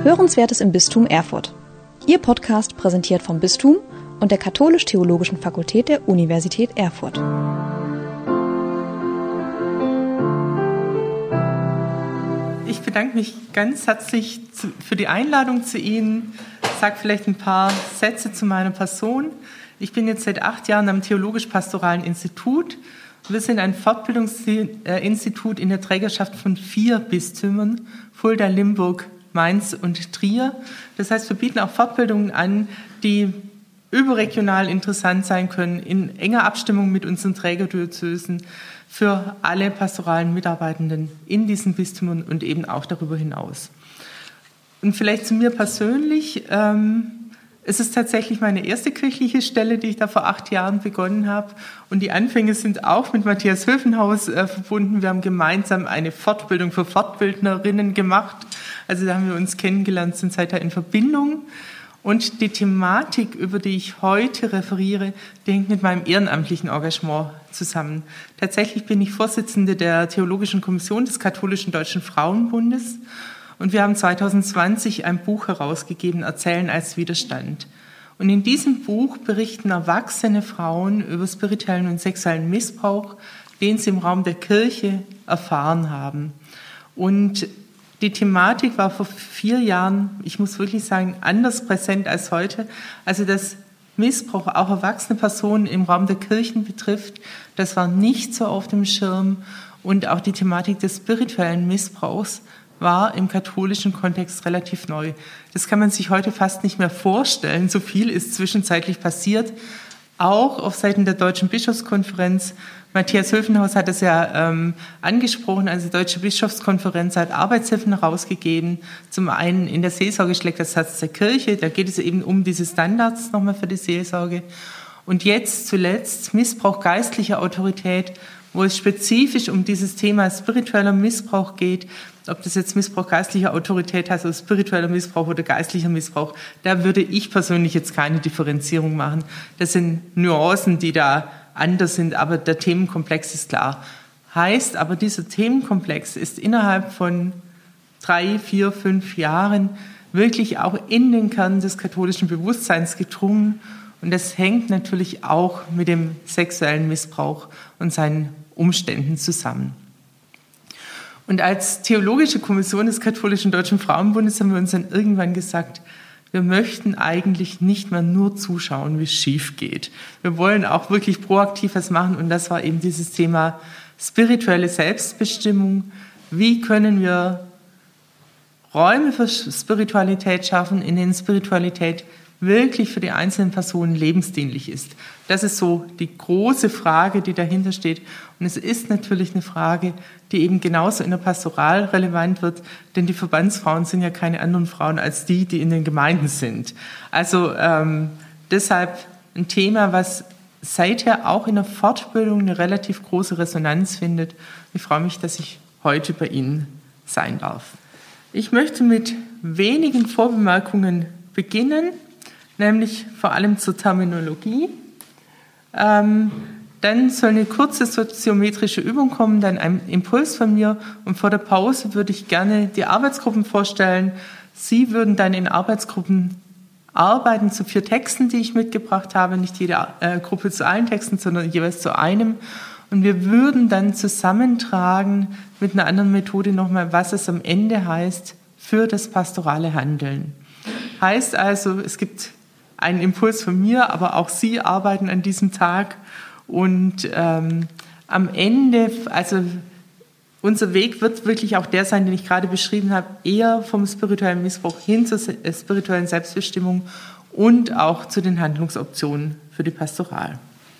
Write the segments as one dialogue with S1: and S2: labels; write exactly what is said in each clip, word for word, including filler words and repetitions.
S1: Hörenswertes im Bistum Erfurt. Ihr Podcast präsentiert vom Bistum und der Katholisch-Theologischen Fakultät der Universität Erfurt.
S2: Ich bedanke mich ganz herzlich für die Einladung zu Ihnen. Ich sage vielleicht ein paar Sätze zu meiner Person. Ich bin jetzt seit acht Jahren am Theologisch-Pastoralen Institut. Wir sind ein Fortbildungsinstitut in der Trägerschaft von vier Bistümern: Fulda, Limburg, Mainz und Trier. Das heißt, wir bieten auch Fortbildungen an, die überregional interessant sein können, in enger Abstimmung mit unseren Trägerdiözesen für alle pastoralen Mitarbeitenden in diesen Bistümern und eben auch darüber hinaus. Und vielleicht zu mir persönlich. Ähm, es ist tatsächlich meine erste kirchliche Stelle, die ich da vor acht Jahren begonnen habe. Und die Anfänge sind auch mit Matthias Höfenhaus äh, verbunden. Wir haben gemeinsam eine Fortbildung für Fortbildnerinnen gemacht. Also da haben wir uns kennengelernt, sind seither in Verbindung. Und die Thematik, über die ich heute referiere, die hängt mit meinem ehrenamtlichen Engagement zusammen. Tatsächlich bin ich Vorsitzende der Theologischen Kommission des Katholischen Deutschen Frauenbundes. Und wir haben zwanzig zwanzig ein Buch herausgegeben, Erzählen als Widerstand. Und in diesem Buch berichten erwachsene Frauen über spirituellen und sexuellen Missbrauch, den sie im Raum der Kirche erfahren haben. Und die Thematik war vor vier Jahren, ich muss wirklich sagen, anders präsent als heute. Also dass Missbrauch auch erwachsene Personen im Raum der Kirchen betrifft, das war nicht so auf dem Schirm. Und auch die Thematik des spirituellen Missbrauchs war im katholischen Kontext relativ neu. Das kann man sich heute fast nicht mehr vorstellen. So viel ist zwischenzeitlich passiert. Auch auf Seiten der Deutschen Bischofskonferenz. Matthias Höfenhaus hat es ja ähm, angesprochen. Also die Deutsche Bischofskonferenz hat Arbeitshilfen herausgegeben. Zum einen in der Seelsorge schlägt das Herz der Kirche. Da geht es eben um diese Standards nochmal für die Seelsorge. Und jetzt zuletzt Missbrauch geistlicher Autorität, wo es spezifisch um dieses Thema spiritueller Missbrauch geht. Ob das jetzt Missbrauch geistlicher Autorität heißt, oder spiritueller Missbrauch oder geistlicher Missbrauch, da würde ich persönlich jetzt keine Differenzierung machen. Das sind Nuancen, die da anders sind, aber der Themenkomplex ist klar. Heißt aber, dieser Themenkomplex ist innerhalb von drei, vier, fünf Jahren wirklich auch in den Kern des katholischen Bewusstseins gedrungen. Und das hängt natürlich auch mit dem sexuellen Missbrauch und seinen Umständen zusammen. Und als Theologische Kommission des Katholischen Deutschen Frauenbundes haben wir uns dann irgendwann gesagt, wir möchten eigentlich nicht mehr nur zuschauen, wie es schief geht. Wir wollen auch wirklich proaktiv was machen. Und das war eben dieses Thema spirituelle Selbstbestimmung. Wie können wir Räume für Spiritualität schaffen, in denen Spiritualität wirklich für die einzelnen Personen lebensdienlich ist. Das ist so die große Frage, die dahinter steht. Und es ist natürlich eine Frage, die eben genauso in der Pastoral relevant wird, denn die Verbandsfrauen sind ja keine anderen Frauen als die, die in den Gemeinden sind. Also ähm, deshalb ein Thema, was seither auch in der Fortbildung eine relativ große Resonanz findet. Ich freue mich, dass ich heute bei Ihnen sein darf. Ich möchte mit wenigen Vorbemerkungen beginnen, nämlich vor allem zur Terminologie. Ähm, dann soll eine kurze soziometrische Übung kommen, dann ein Impuls von mir. Und vor der Pause würde ich gerne die Arbeitsgruppen vorstellen. Sie würden dann in Arbeitsgruppen arbeiten zu vier Texten, die ich mitgebracht habe. Nicht jede äh, Gruppe zu allen Texten, sondern jeweils zu einem. Und wir würden dann zusammentragen mit einer anderen Methode nochmal, was es am Ende heißt für das pastorale Handeln. Heißt also, es gibt einen Impuls von mir, aber auch Sie arbeiten an diesem Tag. Und ähm, am Ende, also unser Weg wird wirklich auch der sein, den ich gerade beschrieben habe, eher vom spirituellen Missbrauch hin zur spirituellen Selbstbestimmung und auch zu den Handlungsoptionen für die Pastoral.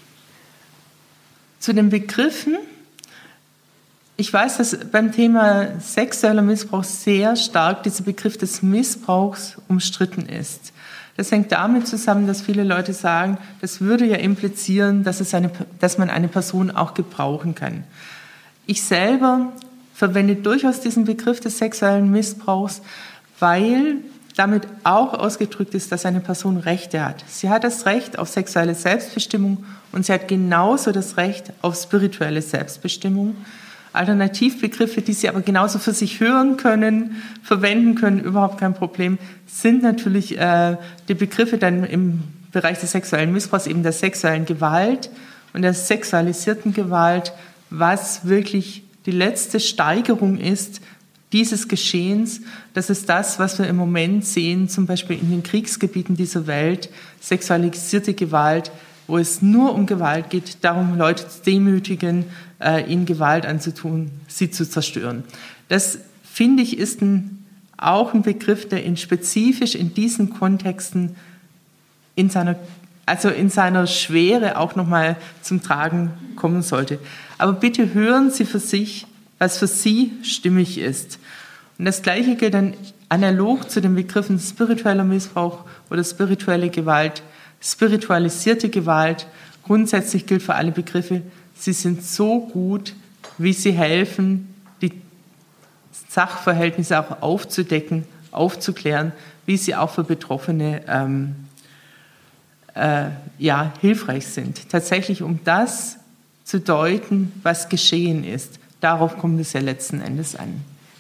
S2: Zu den Begriffen. Ich weiß, dass beim Thema sexueller Missbrauch sehr stark dieser Begriff des Missbrauchs umstritten ist. Das hängt damit zusammen, dass viele Leute sagen, das würde ja implizieren, dass, es eine, dass man eine Person auch gebrauchen kann. Ich selber verwende durchaus diesen Begriff des sexuellen Missbrauchs, weil damit auch ausgedrückt ist, dass eine Person Rechte hat. Sie hat das Recht auf sexuelle Selbstbestimmung und sie hat genauso das Recht auf spirituelle Selbstbestimmung. Alternativbegriffe, die Sie aber genauso für sich hören können, verwenden können, überhaupt kein Problem, sind natürlich äh, die Begriffe dann im Bereich des sexuellen Missbrauchs, eben der sexuellen Gewalt und der sexualisierten Gewalt, was wirklich die letzte Steigerung ist dieses Geschehens. Das ist das, was wir im Moment sehen, zum Beispiel in den Kriegsgebieten dieser Welt, sexualisierte Gewalt, wo es nur um Gewalt geht, darum, Leute zu demütigen, äh, ihnen Gewalt anzutun, sie zu zerstören. Das, finde ich, ist ein, auch ein Begriff, der in spezifisch in diesen Kontexten in seiner, also in seiner Schwere auch nochmal zum Tragen kommen sollte. Aber bitte hören Sie für sich, was für Sie stimmig ist. Und das Gleiche gilt dann analog zu den Begriffen spiritueller Missbrauch oder spirituelle Gewalt, spiritualisierte Gewalt. Grundsätzlich gilt für alle Begriffe, sie sind so gut, wie sie helfen, die Sachverhältnisse auch aufzudecken, aufzuklären, wie sie auch für Betroffene ähm, äh, ja, hilfreich sind. Tatsächlich, um das zu deuten, was geschehen ist. Darauf kommt es ja letzten Endes an.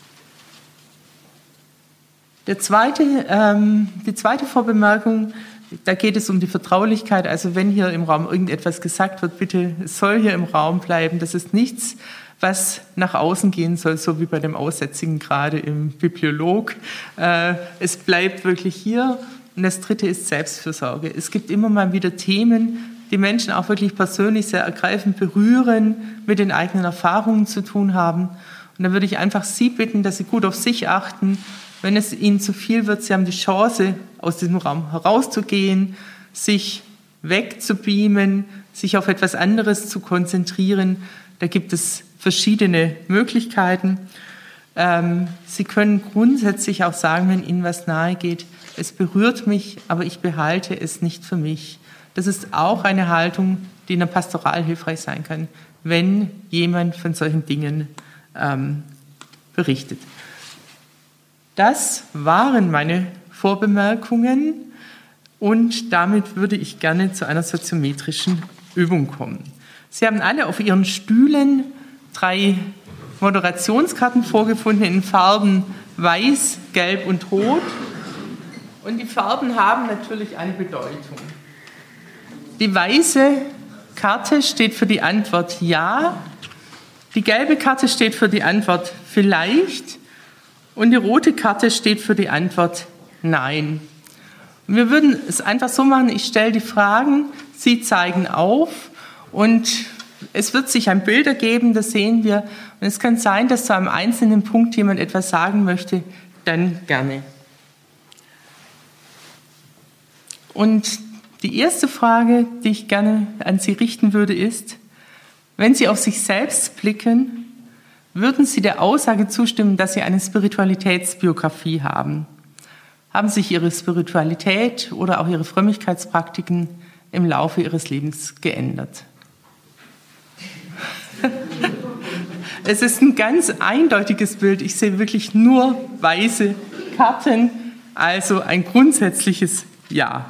S2: Der zweite, ähm, die zweite Vorbemerkung, da geht es um die Vertraulichkeit. Also wenn hier im Raum irgendetwas gesagt wird, bitte, es soll hier im Raum bleiben. Das ist nichts, was nach außen gehen soll, so wie bei dem Aussätzigen gerade im Bibliolog. Äh, es bleibt wirklich hier. Und das dritte ist Selbstfürsorge. Es gibt immer mal wieder Themen, die Menschen auch wirklich persönlich sehr ergreifend berühren, mit den eigenen Erfahrungen zu tun haben. Und da würde ich einfach Sie bitten, dass Sie gut auf sich achten. Wenn es Ihnen zu viel wird, Sie haben die Chance, aus diesem Raum herauszugehen, sich wegzubeamen, sich auf etwas anderes zu konzentrieren. Da gibt es verschiedene Möglichkeiten. Ähm, Sie können grundsätzlich auch sagen, wenn Ihnen was nahe geht, es berührt mich, aber ich behalte es nicht für mich. Das ist auch eine Haltung, die in der Pastoral hilfreich sein kann, wenn jemand von solchen Dingen ähm, berichtet. Das waren meine Vorbemerkungen und damit würde ich gerne zu einer soziometrischen Übung kommen. Sie haben alle auf Ihren Stühlen drei Moderationskarten vorgefunden in Farben Weiß, Gelb und Rot. Und die Farben haben natürlich eine Bedeutung. Die weiße Karte steht für die Antwort Ja, die gelbe Karte steht für die Antwort Vielleicht und die rote Karte steht für die Antwort Nein. Und wir würden es einfach so machen, ich stelle die Fragen, Sie zeigen auf und es wird sich ein Bild ergeben, das sehen wir. Und es kann sein, dass zu einem einzelnen Punkt jemand etwas sagen möchte, dann gerne. Und die erste Frage, die ich gerne an Sie richten würde, ist, wenn Sie auf sich selbst blicken, würden Sie der Aussage zustimmen, dass Sie eine Spiritualitätsbiografie haben? Haben sich Ihre Spiritualität oder auch Ihre Frömmigkeitspraktiken im Laufe Ihres Lebens geändert? Es ist ein ganz eindeutiges Bild. Ich sehe wirklich nur weiße Karten, also ein grundsätzliches Ja.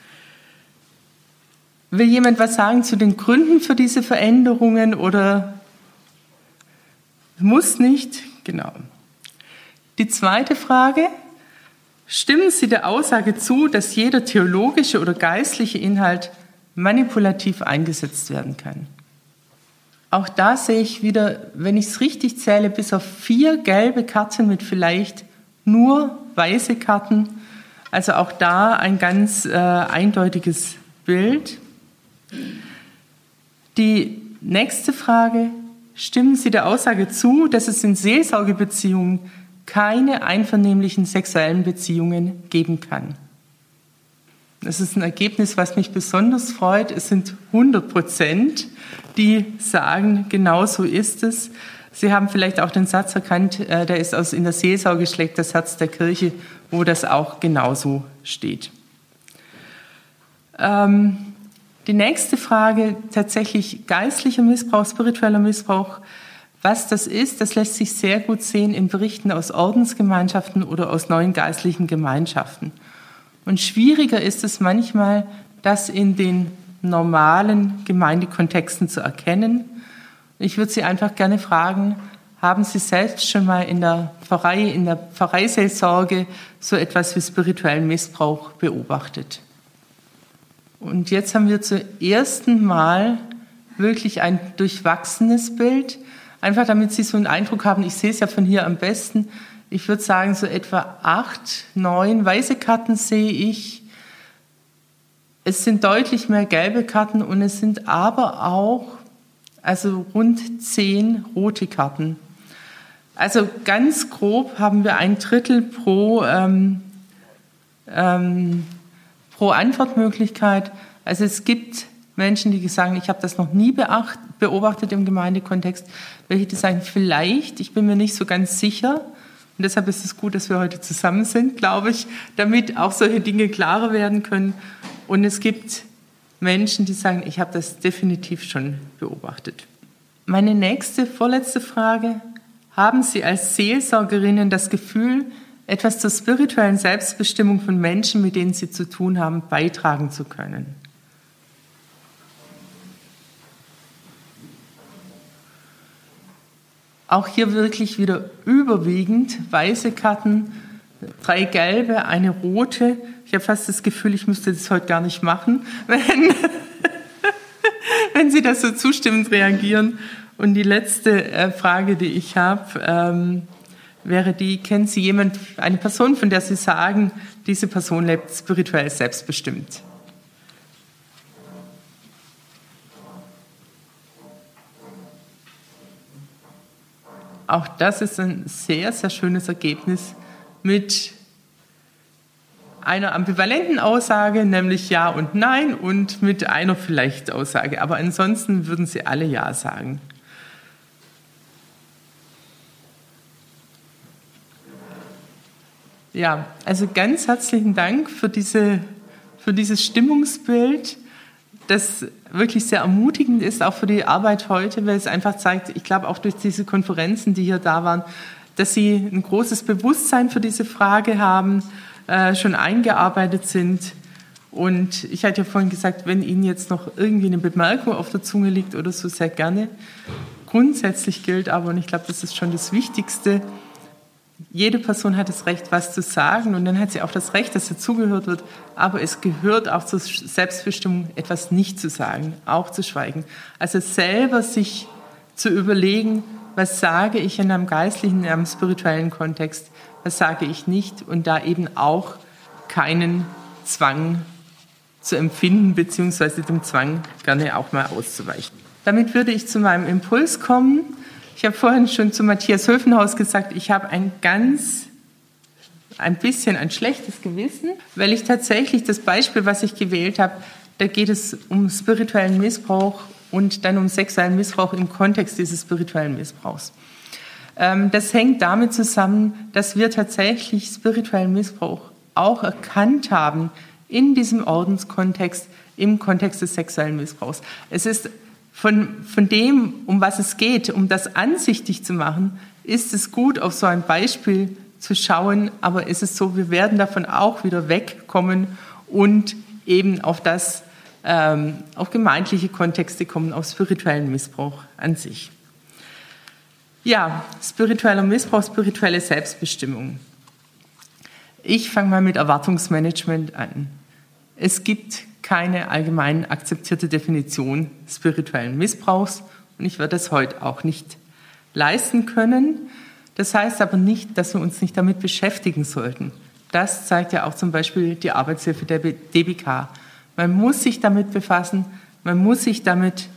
S2: Will jemand was sagen zu den Gründen für diese Veränderungen oder muss nicht? Genau. Die zweite Frage: Stimmen Sie der Aussage zu, dass jeder theologische oder geistliche Inhalt manipulativ eingesetzt werden kann? Auch da sehe ich wieder, wenn ich es richtig zähle, bis auf vier gelbe Karten mit vielleicht nur weiße Karten. Also auch da ein ganz äh, eindeutiges Bild. Die nächste Frage: Stimmen Sie der Aussage zu, dass es in Seelsorgebeziehungen keine einvernehmlichen sexuellen Beziehungen geben kann? Das ist ein Ergebnis, was mich besonders freut. Es sind hundert Prozent, die sagen, genau so ist es. Sie haben vielleicht auch den Satz erkannt, der ist aus in der Seelsorge schlägt das Herz der Kirche, wo das auch genauso steht. Ähm, die nächste Frage, tatsächlich geistlicher Missbrauch, spiritueller Missbrauch. Was das ist, das lässt sich sehr gut sehen in Berichten aus Ordensgemeinschaften oder aus neuen geistlichen Gemeinschaften. Und schwieriger ist es manchmal, das in den normalen Gemeindekontexten zu erkennen. Ich würde Sie einfach gerne fragen, haben Sie selbst schon mal in der Pfarrei, in der Pfarreiseelsorge so etwas wie spirituellen Missbrauch beobachtet? Und jetzt haben wir zum ersten Mal wirklich ein durchwachsenes Bild. Einfach damit Sie so einen Eindruck haben, ich sehe es ja von hier am besten. Ich würde sagen, so etwa acht, neun weiße Karten sehe ich. Es sind deutlich mehr gelbe Karten und es sind aber auch also rund zehn rote Karten. Also ganz grob haben wir ein Drittel pro, ähm, ähm, pro Antwortmöglichkeit. Also es gibt Menschen, die sagen, ich habe das noch nie beacht, beobachtet im Gemeindekontext. Welche die sagen, vielleicht, ich bin mir nicht so ganz sicher. Und deshalb ist es gut, dass wir heute zusammen sind, glaube ich, damit auch solche Dinge klarer werden können. Und es gibt Menschen, die sagen, ich habe das definitiv schon beobachtet. Meine nächste, vorletzte Frage. Haben Sie als Seelsorgerinnen das Gefühl, etwas zur spirituellen Selbstbestimmung von Menschen, mit denen Sie zu tun haben, beitragen zu können? Auch hier wirklich wieder überwiegend weiße Karten, drei gelbe, eine rote. Ich habe fast das Gefühl, ich müsste das heute gar nicht machen, wenn, wenn Sie das so zustimmend reagieren. Und die letzte äh, Frage, die ich habe, ähm, wäre die, kennen Sie jemand, eine Person, von der Sie sagen, diese Person lebt spirituell selbstbestimmt? Auch das ist ein sehr, sehr schönes Ergebnis mit einer ambivalenten Aussage, nämlich Ja und Nein, und mit einer vielleicht Aussage. Aber ansonsten würden Sie alle Ja sagen. Ja, also ganz herzlichen Dank für, diese, für dieses Stimmungsbild, das wirklich sehr ermutigend ist, auch für die Arbeit heute, weil es einfach zeigt, ich glaube auch durch diese Konferenzen, die hier da waren, dass Sie ein großes Bewusstsein für diese Frage haben, äh, schon eingearbeitet sind. Und ich hatte ja vorhin gesagt, wenn Ihnen jetzt noch irgendwie eine Bemerkung auf der Zunge liegt oder so, sehr gerne. Grundsätzlich gilt aber, und ich glaube, das ist schon das Wichtigste, jede Person hat das Recht, was zu sagen, und dann hat sie auch das Recht, dass ihr zugehört wird, aber es gehört auch zur Selbstbestimmung, etwas nicht zu sagen, auch zu schweigen. Also selber sich zu überlegen, was sage ich in einem geistlichen, in einem spirituellen Kontext, was sage ich nicht, und da eben auch keinen Zwang zu empfinden, beziehungsweise dem Zwang gerne auch mal auszuweichen. Damit würde ich zu meinem Impuls kommen. Ich habe vorhin schon zu Matthias Höfenhaus gesagt, ich habe ein ganz, ein bisschen ein schlechtes Gewissen, weil ich tatsächlich das Beispiel, was ich gewählt habe, da geht es um spirituellen Missbrauch und dann um sexuellen Missbrauch im Kontext dieses spirituellen Missbrauchs. Das hängt damit zusammen, dass wir tatsächlich spirituellen Missbrauch auch erkannt haben in diesem Ordenskontext, im Kontext des sexuellen Missbrauchs. Es ist Von, von dem, um was es geht, um das ansichtig zu machen, ist es gut, auf so ein Beispiel zu schauen, aber ist es so, wir werden davon auch wieder wegkommen und eben auf das, ähm, auf gemeindliche Kontexte kommen, auf spirituellen Missbrauch an sich. Ja, spiritueller Missbrauch, spirituelle Selbstbestimmung. Ich fange mal mit Erwartungsmanagement an. Es gibt keine allgemein akzeptierte Definition spirituellen Missbrauchs und ich werde das heute auch nicht leisten können. Das heißt aber nicht, dass wir uns nicht damit beschäftigen sollten. Das zeigt ja auch zum Beispiel die Arbeitshilfe der D B K. Man muss sich damit befassen, man muss sich damit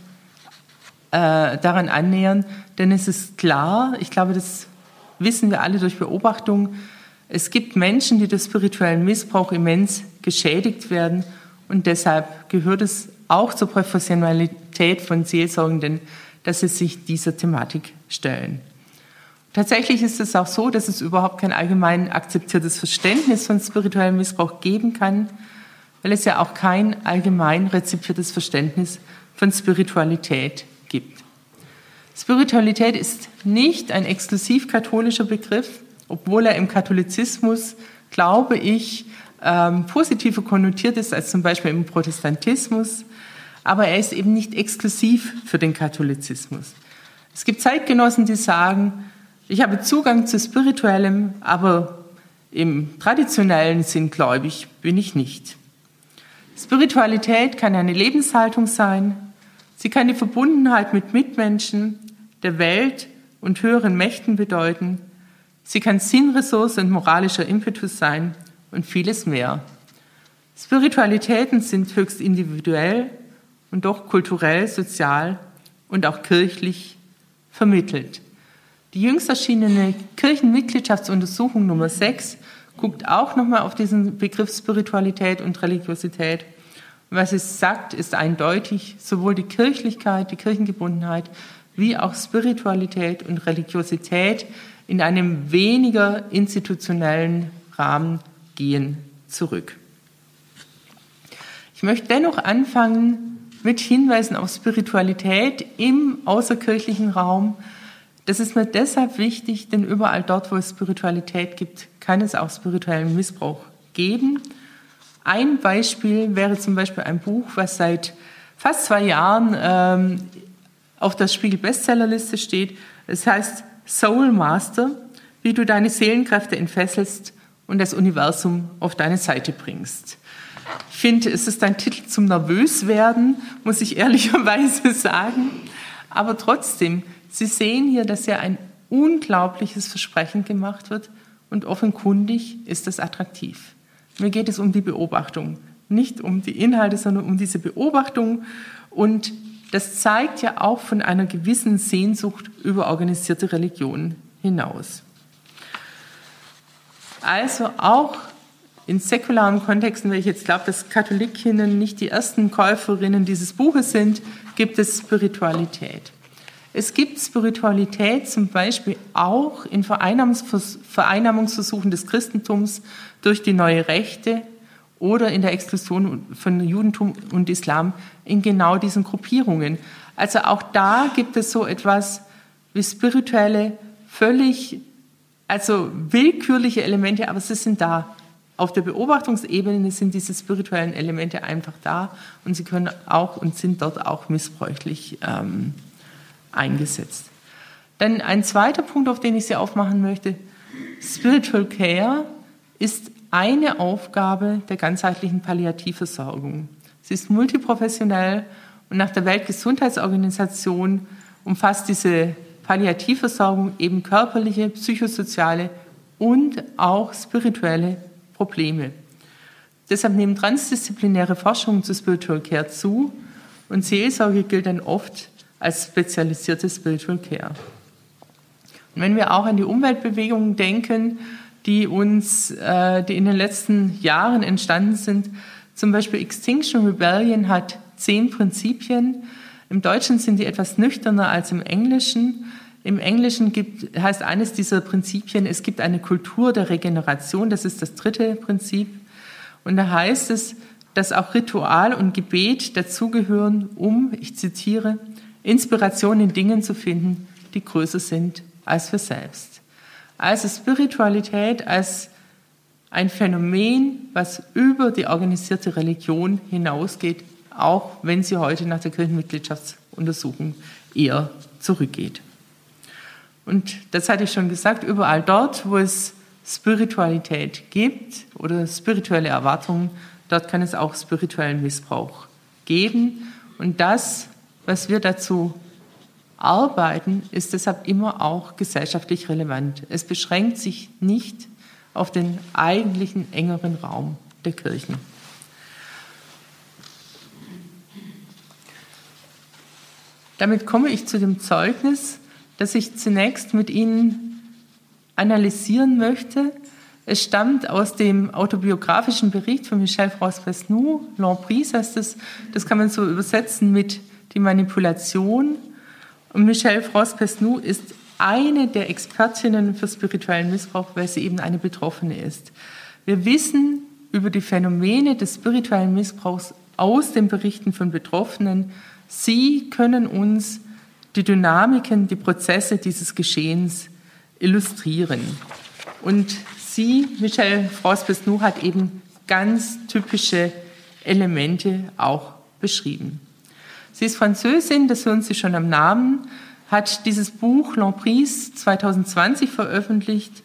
S2: äh, daran annähern, denn es ist klar, ich glaube, das wissen wir alle durch Beobachtung, es gibt Menschen, die durch spirituellen Missbrauch immens geschädigt werden. Und deshalb gehört es auch zur Professionalität von Seelsorgenden, dass sie sich dieser Thematik stellen. Tatsächlich ist es auch so, dass es überhaupt kein allgemein akzeptiertes Verständnis von spirituellem Missbrauch geben kann, weil es ja auch kein allgemein rezipiertes Verständnis von Spiritualität gibt. Spiritualität ist nicht ein exklusiv katholischer Begriff, obwohl er im Katholizismus, glaube ich, Ähm, positiver konnotiert ist als zum Beispiel im Protestantismus, aber er ist eben nicht exklusiv für den Katholizismus. Es gibt Zeitgenossen, die sagen, Ich habe Zugang zu Spirituellem, aber im traditionellen Sinn gläubig bin ich nicht. Spiritualität kann eine Lebenshaltung sein. Sie kann die Verbundenheit mit Mitmenschen, der Welt und höheren Mächten bedeuten. Sie kann Sinnressource und moralischer Impetus sein und vieles mehr. Spiritualitäten sind höchst individuell und doch kulturell, sozial und auch kirchlich vermittelt. Die jüngst erschienene Kirchenmitgliedschaftsuntersuchung Nummer sechs guckt auch nochmal auf diesen Begriff Spiritualität und Religiosität. Und was es sagt, ist eindeutig, sowohl die Kirchlichkeit, die Kirchengebundenheit, wie auch Spiritualität und Religiosität in einem weniger institutionellen Rahmen gehen zurück. Ich möchte dennoch anfangen mit Hinweisen auf Spiritualität im außerkirchlichen Raum. Das ist mir deshalb wichtig, denn überall dort, wo es Spiritualität gibt, kann es auch spirituellen Missbrauch geben. Ein Beispiel wäre zum Beispiel ein Buch, was seit fast zwei Jahren ähm, auf der Spiegel-Bestsellerliste steht. Es heißt Soul Master, wie du deine Seelenkräfte entfesselst und das Universum auf deine Seite bringst. Ich finde, es ist ein Titel zum Nervöswerden, muss ich ehrlicherweise sagen. Aber trotzdem, Sie sehen hier, dass ja ein unglaubliches Versprechen gemacht wird und offenkundig ist das attraktiv. Mir geht es um die Beobachtung, nicht um die Inhalte, sondern um diese Beobachtung. Und das zeigt ja auch von einer gewissen Sehnsucht über organisierte Religion hinaus. Also auch in säkularen Kontexten, weil ich jetzt glaube, dass Katholikinnen nicht die ersten Käuferinnen dieses Buches sind, gibt es Spiritualität. Es gibt Spiritualität zum Beispiel auch in Vereinnahmungsversuchen des Christentums durch die neue Rechte oder in der Exklusion von Judentum und Islam in genau diesen Gruppierungen. Also auch da gibt es so etwas wie spirituelle, völlig, also willkürliche Elemente, aber sie sind da. Auf der Beobachtungsebene sind diese spirituellen Elemente einfach da und sie können auch und sind dort auch missbräuchlich ähm, eingesetzt. Dann ein zweiter Punkt, auf den ich Sie aufmachen möchte. Spiritual Care ist eine Aufgabe der ganzheitlichen Palliativversorgung. Sie ist multiprofessionell und nach der Weltgesundheitsorganisation umfasst diese Palliativversorgung eben körperliche, psychosoziale und auch spirituelle Probleme. Deshalb nehmen transdisziplinäre Forschungen zu Spiritual Care zu und Seelsorge gilt dann oft als spezialisierte Spiritual Care. Und wenn wir auch an die Umweltbewegungen denken, die uns, äh, die in den letzten Jahren entstanden sind, zum Beispiel Extinction Rebellion hat zehn Prinzipien. Im Deutschen sind die etwas nüchterner als im Englischen. Im Englischen gibt, heißt eines dieser Prinzipien, es gibt eine Kultur der Regeneration, das ist das dritte Prinzip. Und da heißt es, dass auch Ritual und Gebet dazugehören, um, ich zitiere, Inspiration in Dingen zu finden, die größer sind als wir selbst. Also Spiritualität als ein Phänomen, was über die organisierte Religion hinausgeht, auch wenn sie heute nach der Kirchenmitgliedschaftsuntersuchung eher zurückgeht. Und das hatte ich schon gesagt, überall dort, wo es Spiritualität gibt oder spirituelle Erwartungen, dort kann es auch spirituellen Missbrauch geben. Und das, was wir dazu arbeiten, ist deshalb immer auch gesellschaftlich relevant. Es beschränkt sich nicht auf den eigentlichen engeren Raum der Kirchen. Damit komme ich zu dem Zeugnis, das ich zunächst mit Ihnen analysieren möchte. Es stammt aus dem autobiografischen Bericht von Michel France-Besnoux, L'Emprise heißt es, das kann man so übersetzen mit die Manipulation. Und Michel France-Besnoux ist eine der Expertinnen für spirituellen Missbrauch, weil sie eben eine Betroffene ist. Wir wissen über die Phänomene des spirituellen Missbrauchs aus den Berichten von Betroffenen. Sie können uns die Dynamiken, die Prozesse dieses Geschehens illustrieren. Und sie, Michel France-Besnoux, hat eben ganz typische Elemente auch beschrieben. Sie ist Französin, das hören Sie schon am Namen. hat dieses Buch L'Emprise zwanzig zwanzig veröffentlicht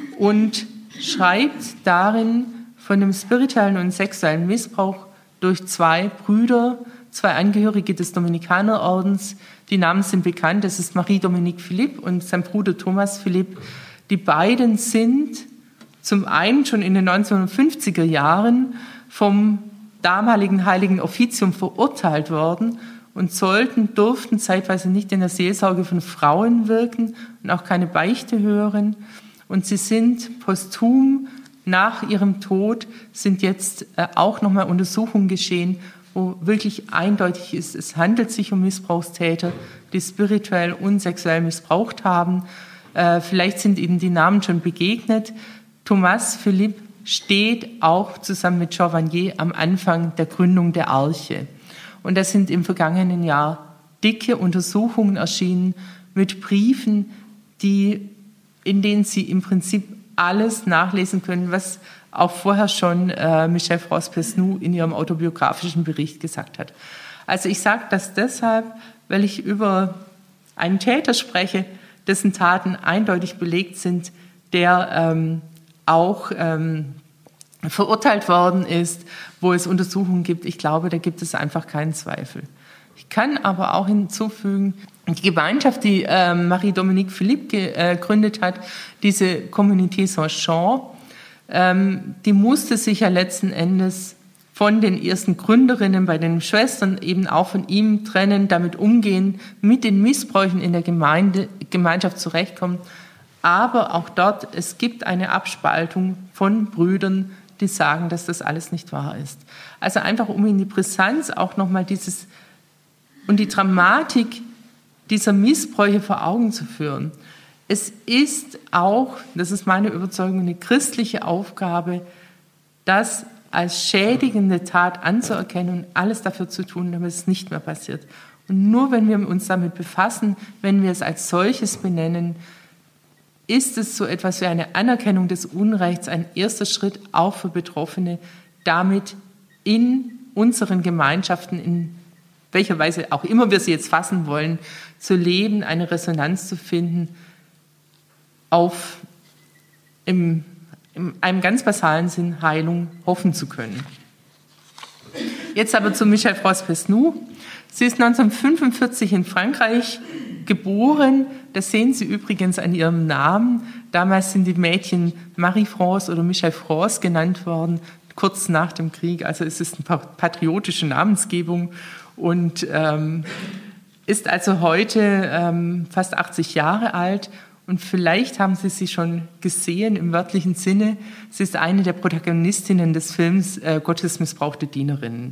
S2: und schreibt darin von dem spirituellen und sexuellen Missbrauch durch zwei Brüder, zwei Angehörige des Dominikanerordens. Die Namen sind bekannt, das ist Marie-Dominique Philippe und sein Bruder Thomas Philippe. Die beiden sind zum einen schon in den neunzehnhundertfünfziger Jahren vom damaligen Heiligen Offizium verurteilt worden und sollten, durften zeitweise nicht in der Seelsorge von Frauen wirken und auch keine Beichte hören. Und sie sind posthum nach ihrem Tod, sind jetzt auch nochmal Untersuchungen geschehen, wo wirklich eindeutig ist, es handelt sich um Missbrauchstäter, die spirituell und sexuell missbraucht haben. Vielleicht sind Ihnen die Namen schon begegnet. Thomas Philippe steht auch zusammen mit Jean Vanier am Anfang der Gründung der Arche. Und da sind im vergangenen Jahr dicke Untersuchungen erschienen mit Briefen, die, in denen Sie im Prinzip alles nachlesen können, was auch vorher schon äh, Michel France-Pesneau in ihrem autobiografischen Bericht gesagt hat. Also ich sage das deshalb, weil ich über einen Täter spreche, dessen Taten eindeutig belegt sind, der ähm, auch ähm, verurteilt worden ist, wo es Untersuchungen gibt. Ich glaube, da gibt es einfach keinen Zweifel. Ich kann aber auch hinzufügen, die Gemeinschaft, die äh, Marie-Dominique Philippe gegründet hat, diese Communauté Saint-Jean, ähm, die musste sich ja letzten Endes von den ersten Gründerinnen bei den Schwestern eben auch von ihm trennen, damit umgehen, mit den Missbräuchen in der Gemeinde, Gemeinschaft zurechtkommen. Aber auch dort, es gibt eine Abspaltung von Brüdern, die sagen, dass das alles nicht wahr ist. Also einfach, um in die Brisanz auch nochmal dieses und die Dramatik dieser Missbräuche vor Augen zu führen. Es ist auch, das ist meine Überzeugung, eine christliche Aufgabe, das als schädigende Tat anzuerkennen und alles dafür zu tun, damit es nicht mehr passiert. Und nur wenn wir uns damit befassen, wenn wir es als solches benennen, ist es so etwas wie eine Anerkennung des Unrechts, ein erster Schritt auch für Betroffene, damit in unseren Gemeinschaften, in welcher Weise auch immer wir sie jetzt fassen wollen, zu leben, eine Resonanz zu finden, auf im, in einem ganz basalen Sinn Heilung hoffen zu können. Jetzt aber zu Michel France-Pesneau. Sie ist neunzehnhundertfünfundvierzig in Frankreich geboren. Das sehen Sie übrigens an ihrem Namen. Damals sind die Mädchen Marie-France oder Michel France genannt worden, kurz nach dem Krieg. Also es ist eine patriotische Namensgebung und ähm, ist also heute ähm, fast achtzig Jahre alt. Und vielleicht haben Sie sie schon gesehen im wörtlichen Sinne. Sie ist eine der Protagonistinnen des Films äh, Gottes missbrauchte Dienerinnen.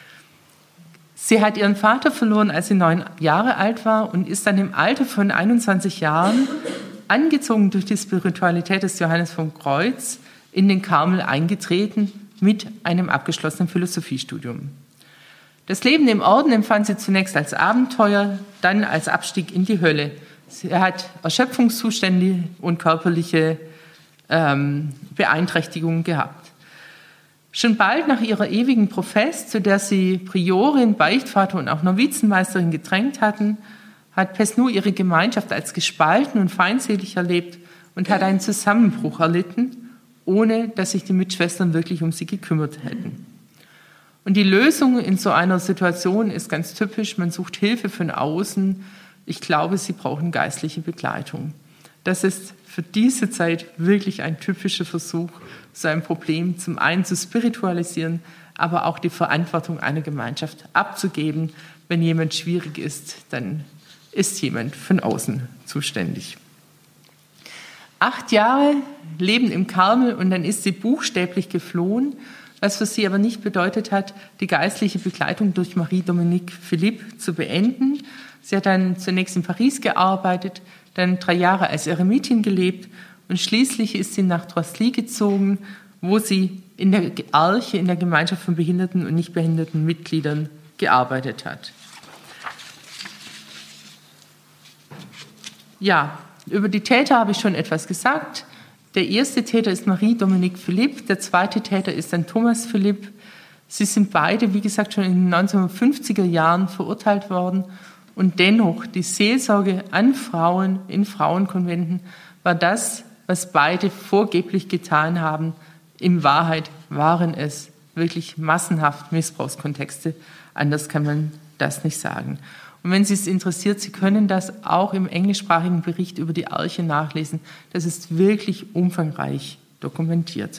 S2: Sie hat ihren Vater verloren, als sie neun Jahre alt war und ist dann im Alter von einundzwanzig Jahren, angezogen durch die Spiritualität des Johannes vom Kreuz, in den Karmel eingetreten mit einem abgeschlossenen Philosophiestudium. Das Leben im Orden empfand sie zunächst als Abenteuer, dann als Abstieg in die Hölle. Sie hat Erschöpfungszustände und körperliche ähm, Beeinträchtigungen gehabt. Schon bald nach ihrer ewigen Profess, zu der sie Priorin, Beichtvater und auch Novizenmeisterin gedrängt hatten, hat Pesneau ihre Gemeinschaft als gespalten und feindselig erlebt und hat einen Zusammenbruch erlitten, ohne dass sich die Mitschwestern wirklich um sie gekümmert hätten. Und die Lösung in so einer Situation ist ganz typisch, man sucht Hilfe von außen. Ich glaube, sie brauchen geistliche Begleitung. Das ist für diese Zeit wirklich ein typischer Versuch, so ein Problem zum einen zu spiritualisieren, aber auch die Verantwortung einer Gemeinschaft abzugeben. Wenn jemand schwierig ist, dann ist jemand von außen zuständig. Acht Jahre Leben im Karmel und dann ist sie buchstäblich geflohen, was für sie aber nicht bedeutet hat, die geistliche Begleitung durch Marie-Dominique Philippe zu beenden. Sie hat dann zunächst in Paris gearbeitet, dann drei Jahre als Eremitin gelebt und schließlich ist sie nach Droisy gezogen, wo sie in der Arche, in der Gemeinschaft von behinderten und nicht behinderten Mitgliedern gearbeitet hat. Ja, über die Täter habe ich schon etwas gesagt. Der erste Täter ist Marie-Dominique Philippe, der zweite Täter ist dann Thomas Philippe. Sie sind beide, wie gesagt, schon in den neunzehnhundertfünfziger Jahren verurteilt worden Und dennoch, die Seelsorge an Frauen in Frauenkonventen war das, was beide vorgeblich getan haben. In Wahrheit waren es wirklich massenhaft Missbrauchskontexte. Anders kann man das nicht sagen. Und wenn Sie es interessiert, Sie können das auch im englischsprachigen Bericht über die Arche nachlesen. Das ist wirklich umfangreich dokumentiert.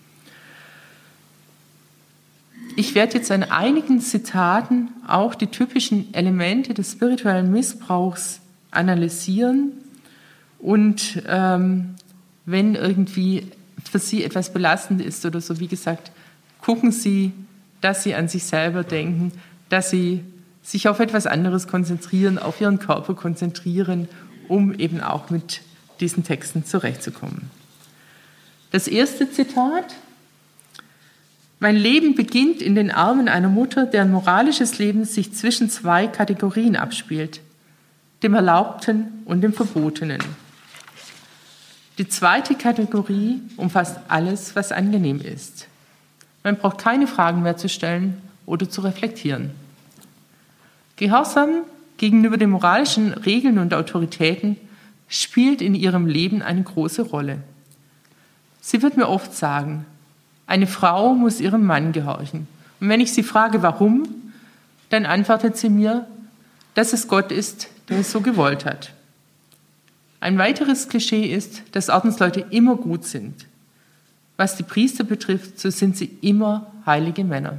S2: Ich werde jetzt an einigen Zitaten auch die typischen Elemente des spirituellen Missbrauchs analysieren und ähm, wenn irgendwie für Sie etwas belastend ist oder so, wie gesagt, gucken Sie, dass Sie an sich selber denken, dass Sie sich auf etwas anderes konzentrieren, auf Ihren Körper konzentrieren, um eben auch mit diesen Texten zurechtzukommen. Das erste Zitat: Mein Leben beginnt in den Armen einer Mutter, deren moralisches Leben sich zwischen zwei Kategorien abspielt, dem Erlaubten und dem Verbotenen. Die zweite Kategorie umfasst alles, was angenehm ist. Man braucht keine Fragen mehr zu stellen oder zu reflektieren. Gehorsam gegenüber den moralischen Regeln und Autoritäten spielt in ihrem Leben eine große Rolle. Sie wird mir oft sagen, eine Frau muss ihrem Mann gehorchen. Und wenn ich sie frage, warum, dann antwortet sie mir, dass es Gott ist, der es so gewollt hat. Ein weiteres Klischee ist, dass Ordensleute immer gut sind. Was die Priester betrifft, so sind sie immer heilige Männer.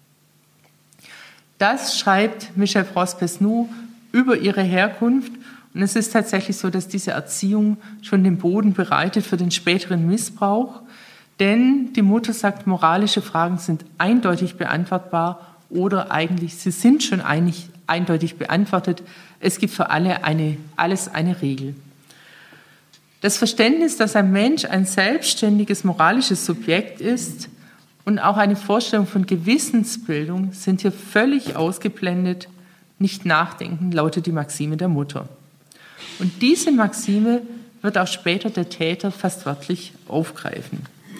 S2: Das schreibt Michel France-Pesneau über ihre Herkunft. Und es ist tatsächlich so, dass diese Erziehung schon den Boden bereitet für den späteren Missbrauch. Denn die Mutter sagt, moralische Fragen sind eindeutig beantwortbar oder eigentlich, sie sind schon einig, eindeutig beantwortet. Es gibt für alle eine, alles eine Regel. Das Verständnis, dass ein Mensch ein selbstständiges moralisches Subjekt ist und auch eine Vorstellung von Gewissensbildung sind hier völlig ausgeblendet. Nicht nachdenken, lautet die Maxime der Mutter. Und diese Maxime wird auch später der Täter fast wörtlich aufgreifen.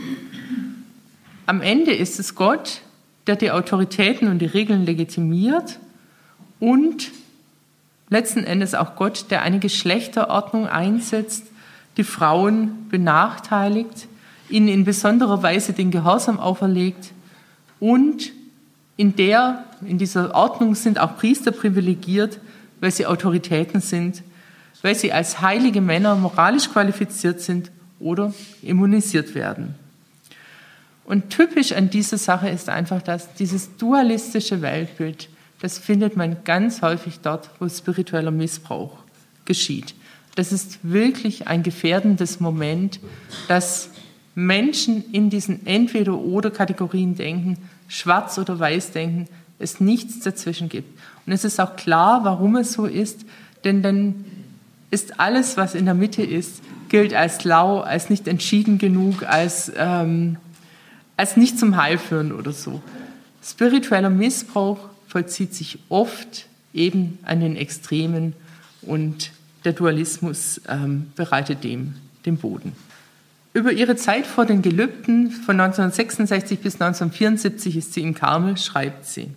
S2: Am Ende ist es Gott, der die Autoritäten und die Regeln legitimiert und letzten Endes auch Gott, der eine Geschlechterordnung einsetzt, die Frauen benachteiligt, ihnen in besonderer Weise den Gehorsam auferlegt und in der, in dieser Ordnung sind auch Priester privilegiert, weil sie Autoritäten sind, weil sie als heilige Männer moralisch qualifiziert sind oder immunisiert werden. Und typisch an dieser Sache ist einfach das, dieses dualistische Weltbild, das findet man ganz häufig dort, wo spiritueller Missbrauch geschieht. Das ist wirklich ein gefährdendes Moment, dass Menschen in diesen Entweder-oder-Kategorien denken, schwarz oder weiß denken, es nichts dazwischen gibt. Und es ist auch klar, warum es so ist, denn dann ist alles, was in der Mitte ist, gilt als lau, als nicht entschieden genug, als, ähm, als nicht zum Heil führen oder so. Spiritueller Missbrauch vollzieht sich oft eben an den Extremen und der Dualismus ähm, bereitet dem den Boden. Über ihre Zeit vor den Gelübden von neunzehnhundertsechsundsechzig bis neunzehnhundertvierundsiebzig ist sie im Karmel, schreibt sie: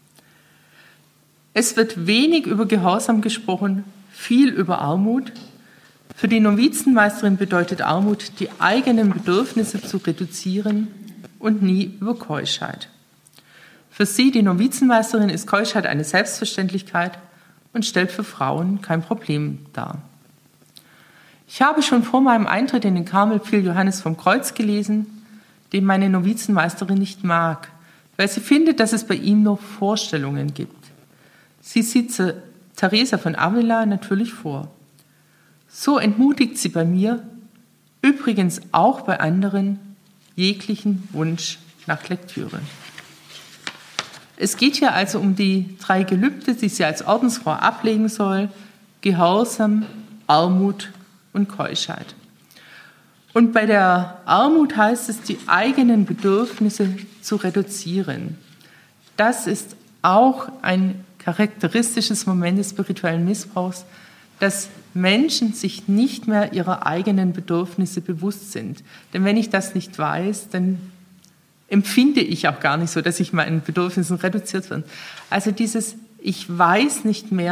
S2: Es wird wenig über Gehorsam gesprochen, viel über Armut. Für die Novizenmeisterin bedeutet Armut, die eigenen Bedürfnisse zu reduzieren und nie über Keuschheit. Für sie, die Novizenmeisterin, ist Keuschheit eine Selbstverständlichkeit und stellt für Frauen kein Problem dar. Ich habe schon vor meinem Eintritt in den Karmel viel Johannes vom Kreuz gelesen, den meine Novizenmeisterin nicht mag, weil sie findet, dass es bei ihm nur Vorstellungen gibt. Sie sieht Teresa von Avila natürlich vor. So entmutigt sie bei mir, übrigens auch bei anderen, jeglichen Wunsch nach Lektüre. Es geht hier also um die drei Gelübde, die sie als Ordensfrau ablegen soll: Gehorsam, Armut und Keuschheit. Und bei der Armut heißt es, die eigenen Bedürfnisse zu reduzieren. Das ist auch ein charakteristisches Moment des spirituellen Missbrauchs, dass Menschen sich nicht mehr ihrer eigenen Bedürfnisse bewusst sind. Denn wenn ich das nicht weiß, dann empfinde ich auch gar nicht so, dass ich meinen Bedürfnissen reduziert bin. Also dieses, ich weiß nicht mehr,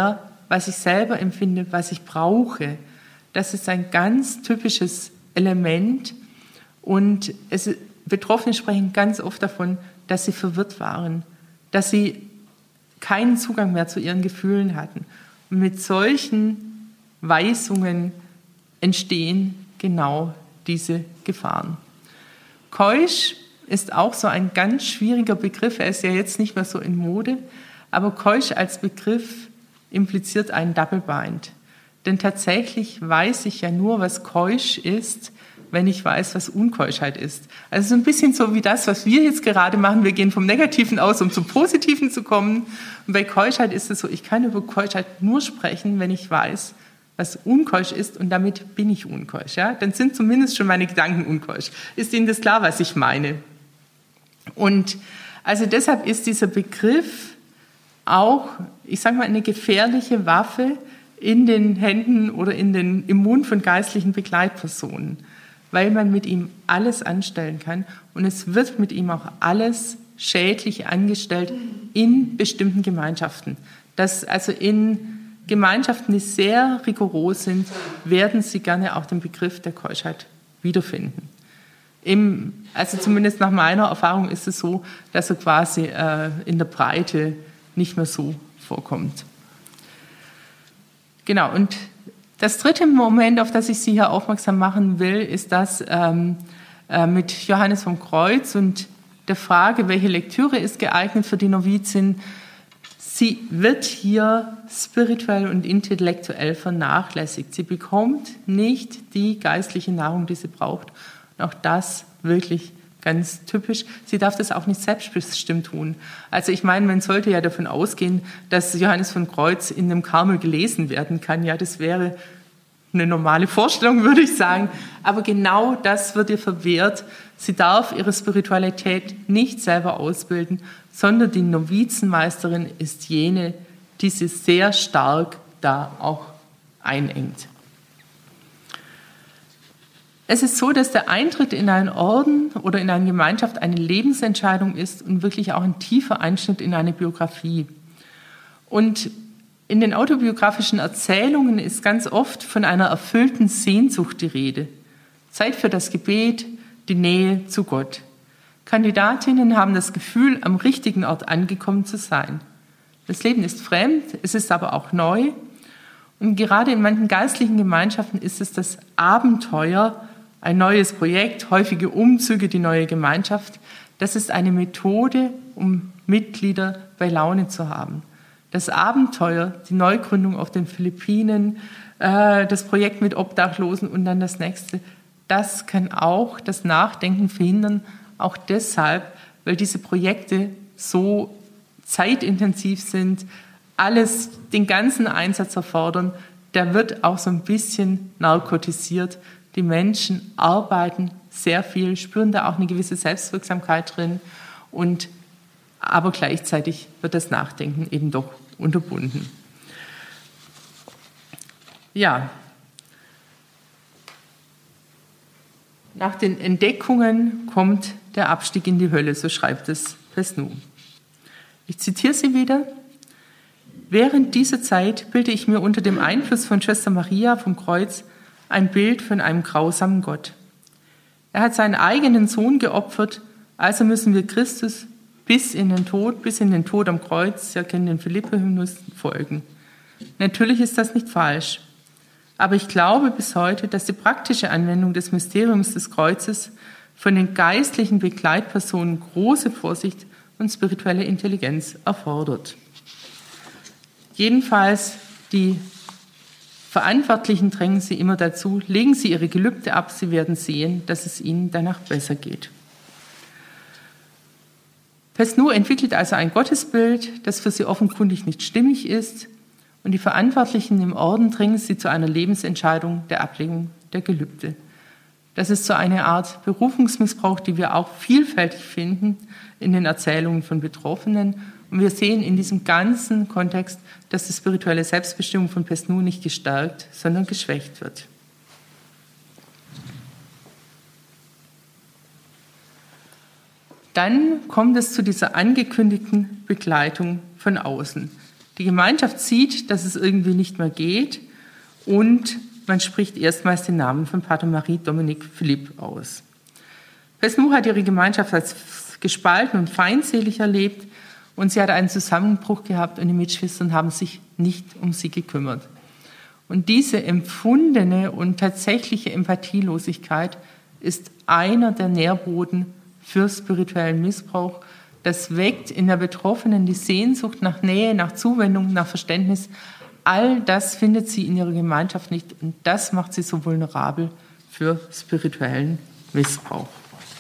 S2: was ich selber empfinde, was ich brauche. Das ist ein ganz typisches Element. Und es, Betroffene sprechen ganz oft davon, dass sie verwirrt waren, dass sie keinen Zugang mehr zu ihren Gefühlen hatten. Und mit solchen Weisungen entstehen genau diese Gefahren. Keusch ist auch so ein ganz schwieriger Begriff. Er ist ja jetzt nicht mehr so in Mode. Aber Keusch als Begriff impliziert einen Double Bind. Denn tatsächlich weiß ich ja nur, was Keusch ist, wenn ich weiß, was Unkeuschheit ist. Also so ein bisschen so wie das, was wir jetzt gerade machen. Wir gehen vom Negativen aus, um zum Positiven zu kommen. Und bei Keuschheit ist es so, ich kann über Keuschheit nur sprechen, wenn ich weiß, was unkeusch ist, und damit bin ich unkeusch. Ja? Dann sind zumindest schon meine Gedanken unkeusch. Ist Ihnen das klar, was ich meine? Und also deshalb ist dieser Begriff auch, ich sage mal, eine gefährliche Waffe in den Händen oder in den, im Mund von geistlichen Begleitpersonen, weil man mit ihm alles anstellen kann und es wird mit ihm auch alles schädlich angestellt in bestimmten Gemeinschaften. Das, also in Gemeinschaften, die sehr rigoros sind, werden Sie gerne auch den Begriff der Keuschheit wiederfinden. Im, also zumindest nach meiner Erfahrung ist es so, dass er quasi äh, in der Breite nicht mehr so vorkommt. Genau, und das dritte Moment, auf das ich Sie hier aufmerksam machen will, ist das ähm, äh, mit Johannes vom Kreuz und der Frage, welche Lektüre ist geeignet für die Novizin. Sie wird hier spirituell und intellektuell vernachlässigt. Sie bekommt nicht die geistliche Nahrung, die sie braucht. Und auch das wirklich ganz typisch. Sie darf das auch nicht selbstbestimmt tun. Also ich meine, man sollte ja davon ausgehen, dass Johannes von Kreuz in dem Karmel gelesen werden kann. Ja, das wäre eine normale Vorstellung, würde ich sagen. Aber genau das wird ihr verwehrt. Sie darf ihre Spiritualität nicht selber ausbilden, sondern die Novizenmeisterin ist jene, die sie sehr stark da auch einengt. Es ist so, dass der Eintritt in einen Orden oder in eine Gemeinschaft eine Lebensentscheidung ist und wirklich auch ein tiefer Einschnitt in eine Biografie. Und in den autobiografischen Erzählungen ist ganz oft von einer erfüllten Sehnsucht die Rede. Zeit für das Gebet, die Nähe zu Gott. Kandidatinnen haben das Gefühl, am richtigen Ort angekommen zu sein. Das Leben ist fremd, es ist aber auch neu. Und gerade in manchen geistlichen Gemeinschaften ist es das Abenteuer, ein neues Projekt, häufige Umzüge, die neue Gemeinschaft. Das ist eine Methode, um Mitglieder bei Laune zu haben. Das Abenteuer, die Neugründung auf den Philippinen, äh, das Projekt mit Obdachlosen und dann das nächste, das kann auch das Nachdenken verhindern, auch deshalb, weil diese Projekte so zeitintensiv sind, alles, den ganzen Einsatz erfordern, der wird auch so ein bisschen narkotisiert. Die Menschen arbeiten sehr viel, spüren da auch eine gewisse Selbstwirksamkeit drin, und aber gleichzeitig wird das Nachdenken eben doch unterbunden. Ja, nach den Entdeckungen kommt der Abstieg in die Hölle, so schreibt es Pesnu. Ich zitiere sie wieder. Während dieser Zeit bilde ich mir unter dem Einfluss von Schwester Maria vom Kreuz ein Bild von einem grausamen Gott. Er hat seinen eigenen Sohn geopfert, also müssen wir Christus bis in den Tod, bis in den Tod am Kreuz, Sie kennen den Philippe-Hymnus, folgen. Natürlich ist das nicht falsch, aber ich glaube bis heute, dass die praktische Anwendung des Mysteriums des Kreuzes von den geistlichen Begleitpersonen große Vorsicht und spirituelle Intelligenz erfordert. Jedenfalls, die Verantwortlichen drängen sie immer dazu, legen Sie Ihre Gelübde ab, Sie werden sehen, dass es Ihnen danach besser geht. Pesnu entwickelt also ein Gottesbild, das für sie offenkundig nicht stimmig ist, und die Verantwortlichen im Orden drängen sie zu einer Lebensentscheidung der Ablegung der Gelübde. Das ist so eine Art Berufungsmissbrauch, die wir auch vielfältig finden in den Erzählungen von Betroffenen. Und wir sehen in diesem ganzen Kontext, dass die spirituelle Selbstbestimmung von Pesnu nicht gestärkt, sondern geschwächt wird. Dann kommt es zu dieser angekündigten Begleitung von außen. Die Gemeinschaft sieht, dass es irgendwie nicht mehr geht und man spricht erstmals den Namen von Pater Marie-Dominique Philippe aus. Pesnu hat ihre Gemeinschaft als gespalten und feindselig erlebt und sie hat einen Zusammenbruch gehabt und die Mitschwestern haben sich nicht um sie gekümmert. Und diese empfundene und tatsächliche Empathielosigkeit ist einer der Nährboden für spirituellen Missbrauch. Das weckt in der Betroffenen die Sehnsucht nach Nähe, nach Zuwendung, nach Verständnis. All das findet sie in ihrer Gemeinschaft nicht und das macht sie so vulnerabel für spirituellen Missbrauch.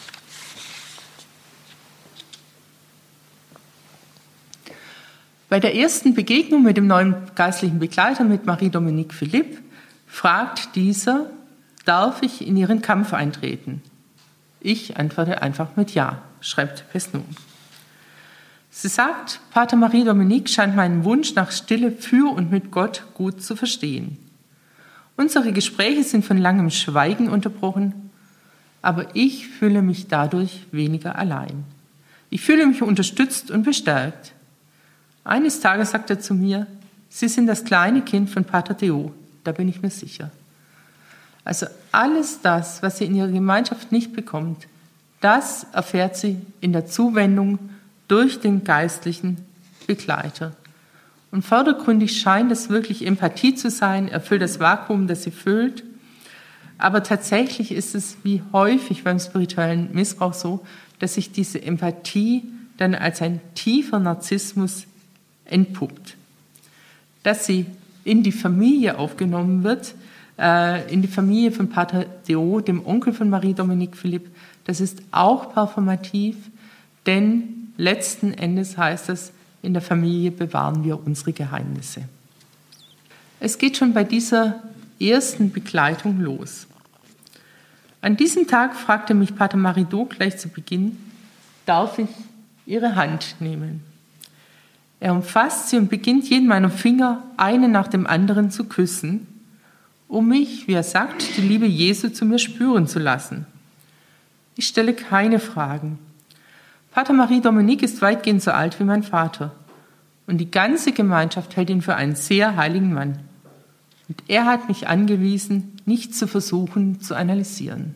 S2: Bei der ersten Begegnung mit dem neuen geistlichen Begleiter, mit Marie-Dominique Philippe, fragt dieser, darf ich in Ihren Kampf eintreten? Ich antworte einfach mit Ja, schreibt Pesnu. Sie sagt, Pater Marie-Dominique scheint meinen Wunsch nach Stille für und mit Gott gut zu verstehen. Unsere Gespräche sind von langem Schweigen unterbrochen, aber ich fühle mich dadurch weniger allein. Ich fühle mich unterstützt und bestärkt. Eines Tages sagt er zu mir, Sie sind das kleine Kind von Pater Theo, da bin ich mir sicher. Also alles das, was sie in ihrer Gemeinschaft nicht bekommt, das erfährt sie in der Zuwendung durch den geistlichen Begleiter. Und vordergründig scheint es wirklich Empathie zu sein, erfüllt das Vakuum, das sie füllt. Aber tatsächlich ist es wie häufig beim spirituellen Missbrauch so, dass sich diese Empathie dann als ein tiefer Narzissmus entpuppt. Dass sie in die Familie aufgenommen wird, äh, in die Familie von Pater Theo, dem Onkel von Marie-Dominique Philippe, das ist auch performativ, denn letzten Endes heißt es, in der Familie bewahren wir unsere Geheimnisse. Es geht schon bei dieser ersten Begleitung los. An diesem Tag fragte mich Pater Marido gleich zu Beginn, darf ich Ihre Hand nehmen? Er umfasst sie und beginnt jeden meiner Finger einen nach dem anderen zu küssen, um mich, wie er sagt, die Liebe Jesu zu mir spüren zu lassen. Ich stelle keine Fragen. Pater Marie-Dominique ist weitgehend so alt wie mein Vater und die ganze Gemeinschaft hält ihn für einen sehr heiligen Mann. Und er hat mich angewiesen, nicht zu versuchen zu analysieren.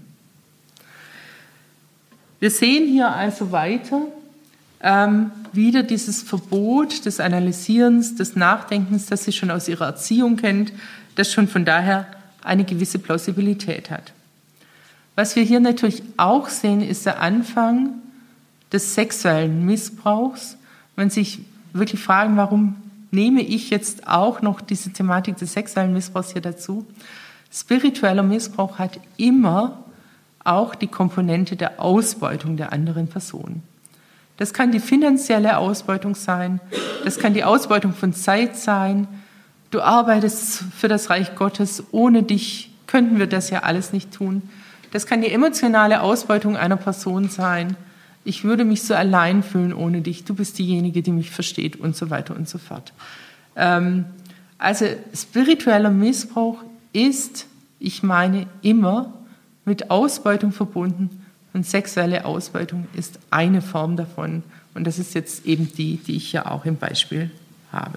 S2: Wir sehen hier also weiter, Ähm, wieder dieses Verbot des Analysierens, des Nachdenkens, das sie schon aus ihrer Erziehung kennt, das schon von daher eine gewisse Plausibilität hat. Was wir hier natürlich auch sehen, ist der Anfang des sexuellen Missbrauchs. Man sich wirklich fragen, warum nehme ich jetzt auch noch diese Thematik des sexuellen Missbrauchs hier dazu? Spiritueller Missbrauch hat immer auch die Komponente der Ausbeutung der anderen Person. Das kann die finanzielle Ausbeutung sein, das kann die Ausbeutung von Zeit sein. Du arbeitest für das Reich Gottes, ohne dich könnten wir das ja alles nicht tun. Das kann die emotionale Ausbeutung einer Person sein. Ich würde mich so allein fühlen ohne dich, du bist diejenige, die mich versteht und so weiter und so fort. Also spiritueller Missbrauch ist, ich meine, immer mit Ausbeutung verbunden. Und sexuelle Ausbeutung ist eine Form davon. Und das ist jetzt eben die, die ich ja auch im Beispiel habe.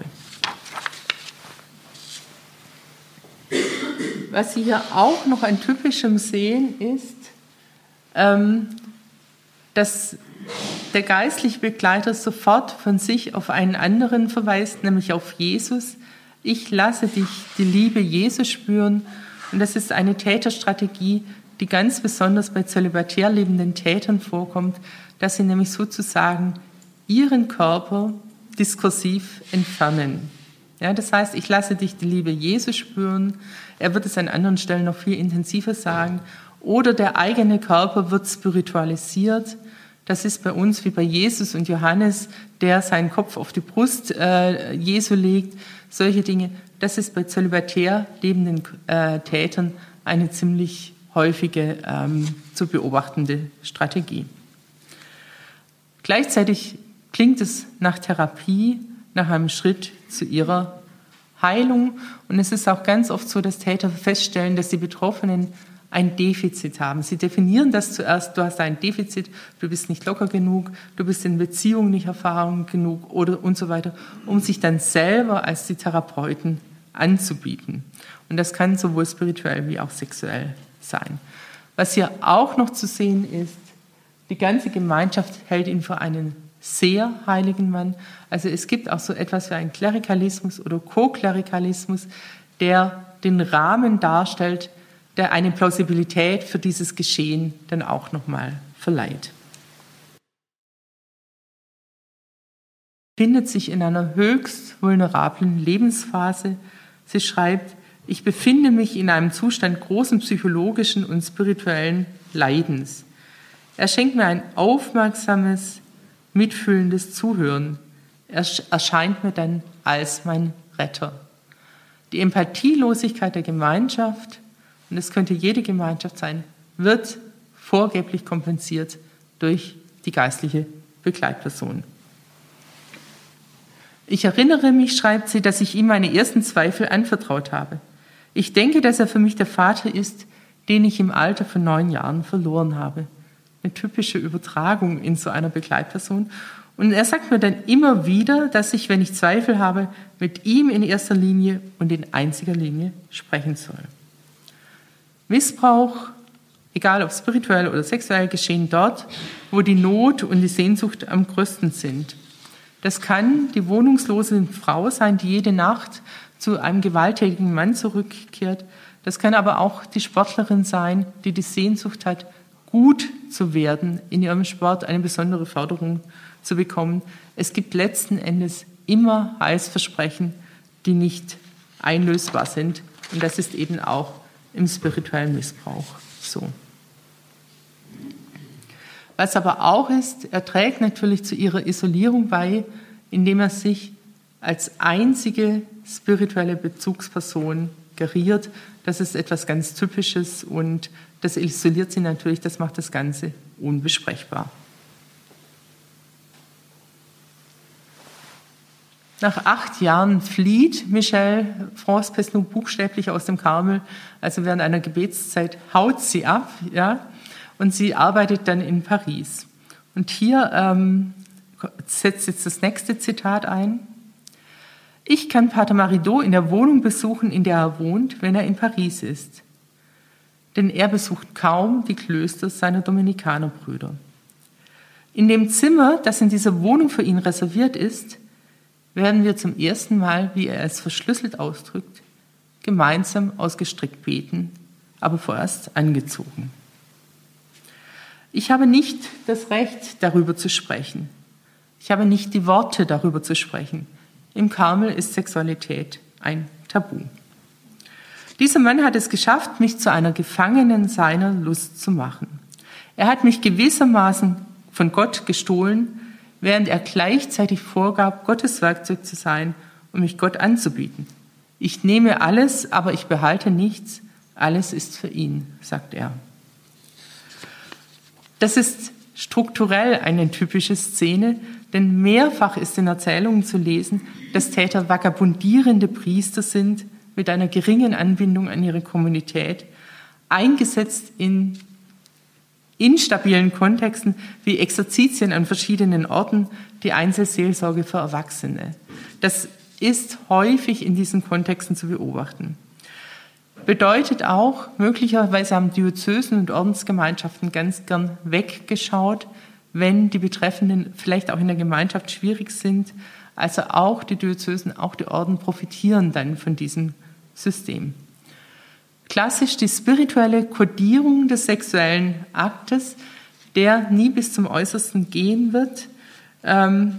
S2: Was Sie hier auch noch an Typischem sehen, ist, ähm, dass der geistliche Begleiter sofort von sich auf einen anderen verweist, nämlich auf Jesus. Ich lasse dich die Liebe Jesus spüren. Und das ist eine Täterstrategie, die ganz besonders bei zölibatär lebenden Tätern vorkommt, dass sie nämlich sozusagen ihren Körper diskursiv entfernen. Ja, das heißt, ich lasse dich die Liebe Jesu spüren. Er wird es an anderen Stellen noch viel intensiver sagen. Oder der eigene Körper wird spiritualisiert. Das ist bei uns wie bei Jesus und Johannes, der seinen Kopf auf die Brust äh, Jesu legt. Solche Dinge. Das ist bei zölibatär lebenden äh, Tätern eine ziemlich häufige ähm, zu beobachtende Strategie. Gleichzeitig klingt es nach Therapie, nach einem Schritt zu ihrer Heilung. Und es ist auch ganz oft so, dass Täter feststellen, dass die Betroffenen ein Defizit haben. Sie definieren das zuerst, du hast ein Defizit, du bist nicht locker genug, du bist in Beziehungen nicht erfahren genug oder und so weiter, um sich dann selber als die Therapeuten anzubieten. Und das kann sowohl spirituell wie auch sexuell sein. Was hier auch noch zu sehen ist, die ganze Gemeinschaft hält ihn für einen sehr heiligen Mann. Also es gibt auch so etwas wie einen Klerikalismus oder Co-Klerikalismus, der den Rahmen darstellt, der eine Plausibilität für dieses Geschehen dann auch nochmal verleiht. Sie befindet sich in einer höchst vulnerablen Lebensphase. Sie schreibt, ich befinde mich in einem Zustand großen psychologischen und spirituellen Leidens. Er schenkt mir ein aufmerksames, mitfühlendes Zuhören. Er erscheint mir dann als mein Retter. Die Empathielosigkeit der Gemeinschaft, und es könnte jede Gemeinschaft sein, wird vorgeblich kompensiert durch die geistliche Begleitperson. Ich erinnere mich, schreibt sie, dass ich ihm meine ersten Zweifel anvertraut habe. Ich denke, dass er für mich der Vater ist, den ich im Alter von neun Jahren verloren habe. Eine typische Übertragung in so einer Begleitperson. Und er sagt mir dann immer wieder, dass ich, wenn ich Zweifel habe, mit ihm in erster Linie und in einziger Linie sprechen soll. Missbrauch, egal ob spirituell oder sexuell, geschehen dort, wo die Not und die Sehnsucht am größten sind. Das kann die wohnungslose Frau sein, die jede Nacht zu einem gewalttätigen Mann zurückkehrt. Das kann aber auch die Sportlerin sein, die die Sehnsucht hat, gut zu werden, in ihrem Sport eine besondere Förderung zu bekommen. Es gibt letzten Endes immer Heilsversprechen, die nicht einlösbar sind. Und das ist eben auch im spirituellen Missbrauch so. Was aber auch ist, er trägt natürlich zu ihrer Isolierung bei, indem er sich als einzige spirituelle Bezugsperson geriert. Das ist etwas ganz Typisches und das isoliert sie natürlich, das macht das Ganze unbesprechbar. Nach acht Jahren flieht Michelle France Pesnou buchstäblich aus dem Karmel, also während einer Gebetszeit haut sie ab, ja, und sie arbeitet dann in Paris. Und hier ähm, setzt jetzt das nächste Zitat ein. Ich kann Pater Marideau in der Wohnung besuchen, in der er wohnt, wenn er in Paris ist. Denn er besucht kaum die Klöster seiner Dominikanerbrüder. In dem Zimmer, das in dieser Wohnung für ihn reserviert ist, werden wir zum ersten Mal, wie er es verschlüsselt ausdrückt, gemeinsam ausgestreckt beten, aber vorerst angezogen. Ich habe nicht das Recht, darüber zu sprechen. Ich habe nicht die Worte, darüber zu sprechen. Im Karmel ist Sexualität ein Tabu. Dieser Mann hat es geschafft, mich zu einer Gefangenen seiner Lust zu machen. Er hat mich gewissermaßen von Gott gestohlen, während er gleichzeitig vorgab, Gottes Werkzeug zu sein und mich Gott anzubieten. Ich nehme alles, aber ich behalte nichts. Alles ist für ihn, sagt er. Das ist strukturell eine typische Szene, denn mehrfach ist in Erzählungen zu lesen, dass Täter vagabundierende Priester sind mit einer geringen Anbindung an ihre Kommunität, eingesetzt in instabilen Kontexten wie Exerzitien an verschiedenen Orten, die Einzelseelsorge für Erwachsene. Das ist häufig in diesen Kontexten zu beobachten. Bedeutet auch, möglicherweise haben Diözesen und Ordensgemeinschaften ganz gern weggeschaut, wenn die Betreffenden vielleicht auch in der Gemeinschaft schwierig sind. Also auch die Diözesen, auch die Orden profitieren dann von diesem System. Klassisch die spirituelle Kodierung des sexuellen Aktes, der nie bis zum Äußersten gehen wird. Ähm,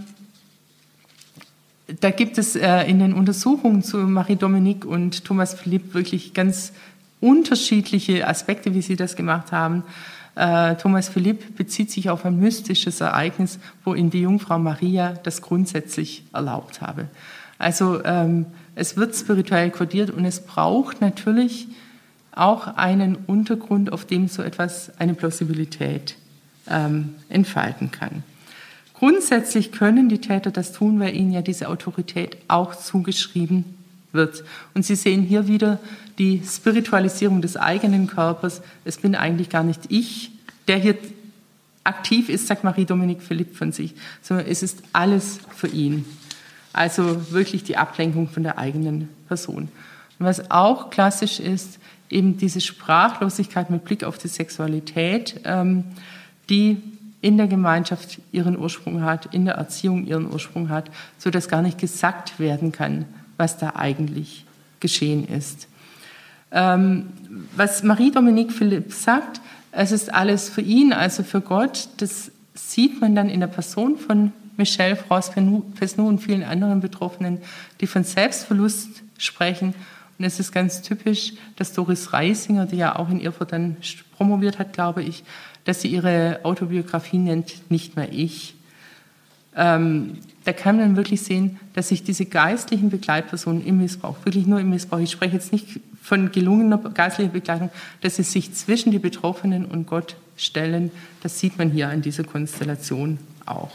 S2: da gibt es äh, in den Untersuchungen zu Marie-Dominique und Thomas Philipp wirklich ganz unterschiedliche Aspekte, wie sie das gemacht haben. Äh, Thomas Philipp bezieht sich auf ein mystisches Ereignis, wo ihm die Jungfrau Maria das grundsätzlich erlaubt habe. Also ähm, es wird spirituell kodiert und es braucht natürlich auch einen Untergrund, auf dem so etwas eine Plausibilität ähm, entfalten kann. Grundsätzlich können die Täter das tun, weil ihnen ja diese Autorität auch zugeschrieben wird. Und Sie sehen hier wieder die Spiritualisierung des eigenen Körpers. Es bin eigentlich gar nicht ich, der hier aktiv ist, sagt Marie-Dominique Philipp von sich, sondern es ist alles für ihn. Also wirklich die Ablenkung von der eigenen Person. Und was auch klassisch ist, eben diese Sprachlosigkeit mit Blick auf die Sexualität, ähm, die in der Gemeinschaft ihren Ursprung hat, in der Erziehung ihren Ursprung hat, sodass gar nicht gesagt werden kann, was da eigentlich geschehen ist. Ähm, was Marie-Dominique Philipp sagt, es ist alles für ihn, also für Gott, das sieht man dann in der Person von Michel Frost-Pesnou und vielen anderen Betroffenen, die von Selbstverlust sprechen. Und es ist ganz typisch, dass Doris Reisinger, die ja auch in Erfurt dann promoviert hat, glaube ich, dass sie ihre Autobiografie nennt, nicht mehr ich. Ähm, da kann man wirklich sehen, dass sich diese geistlichen Begleitpersonen im Missbrauch, wirklich nur im Missbrauch, ich spreche jetzt nicht von gelungener geistlicher Begleitung, dass sie sich zwischen die Betroffenen und Gott stellen. Das sieht man hier an dieser Konstellation auch.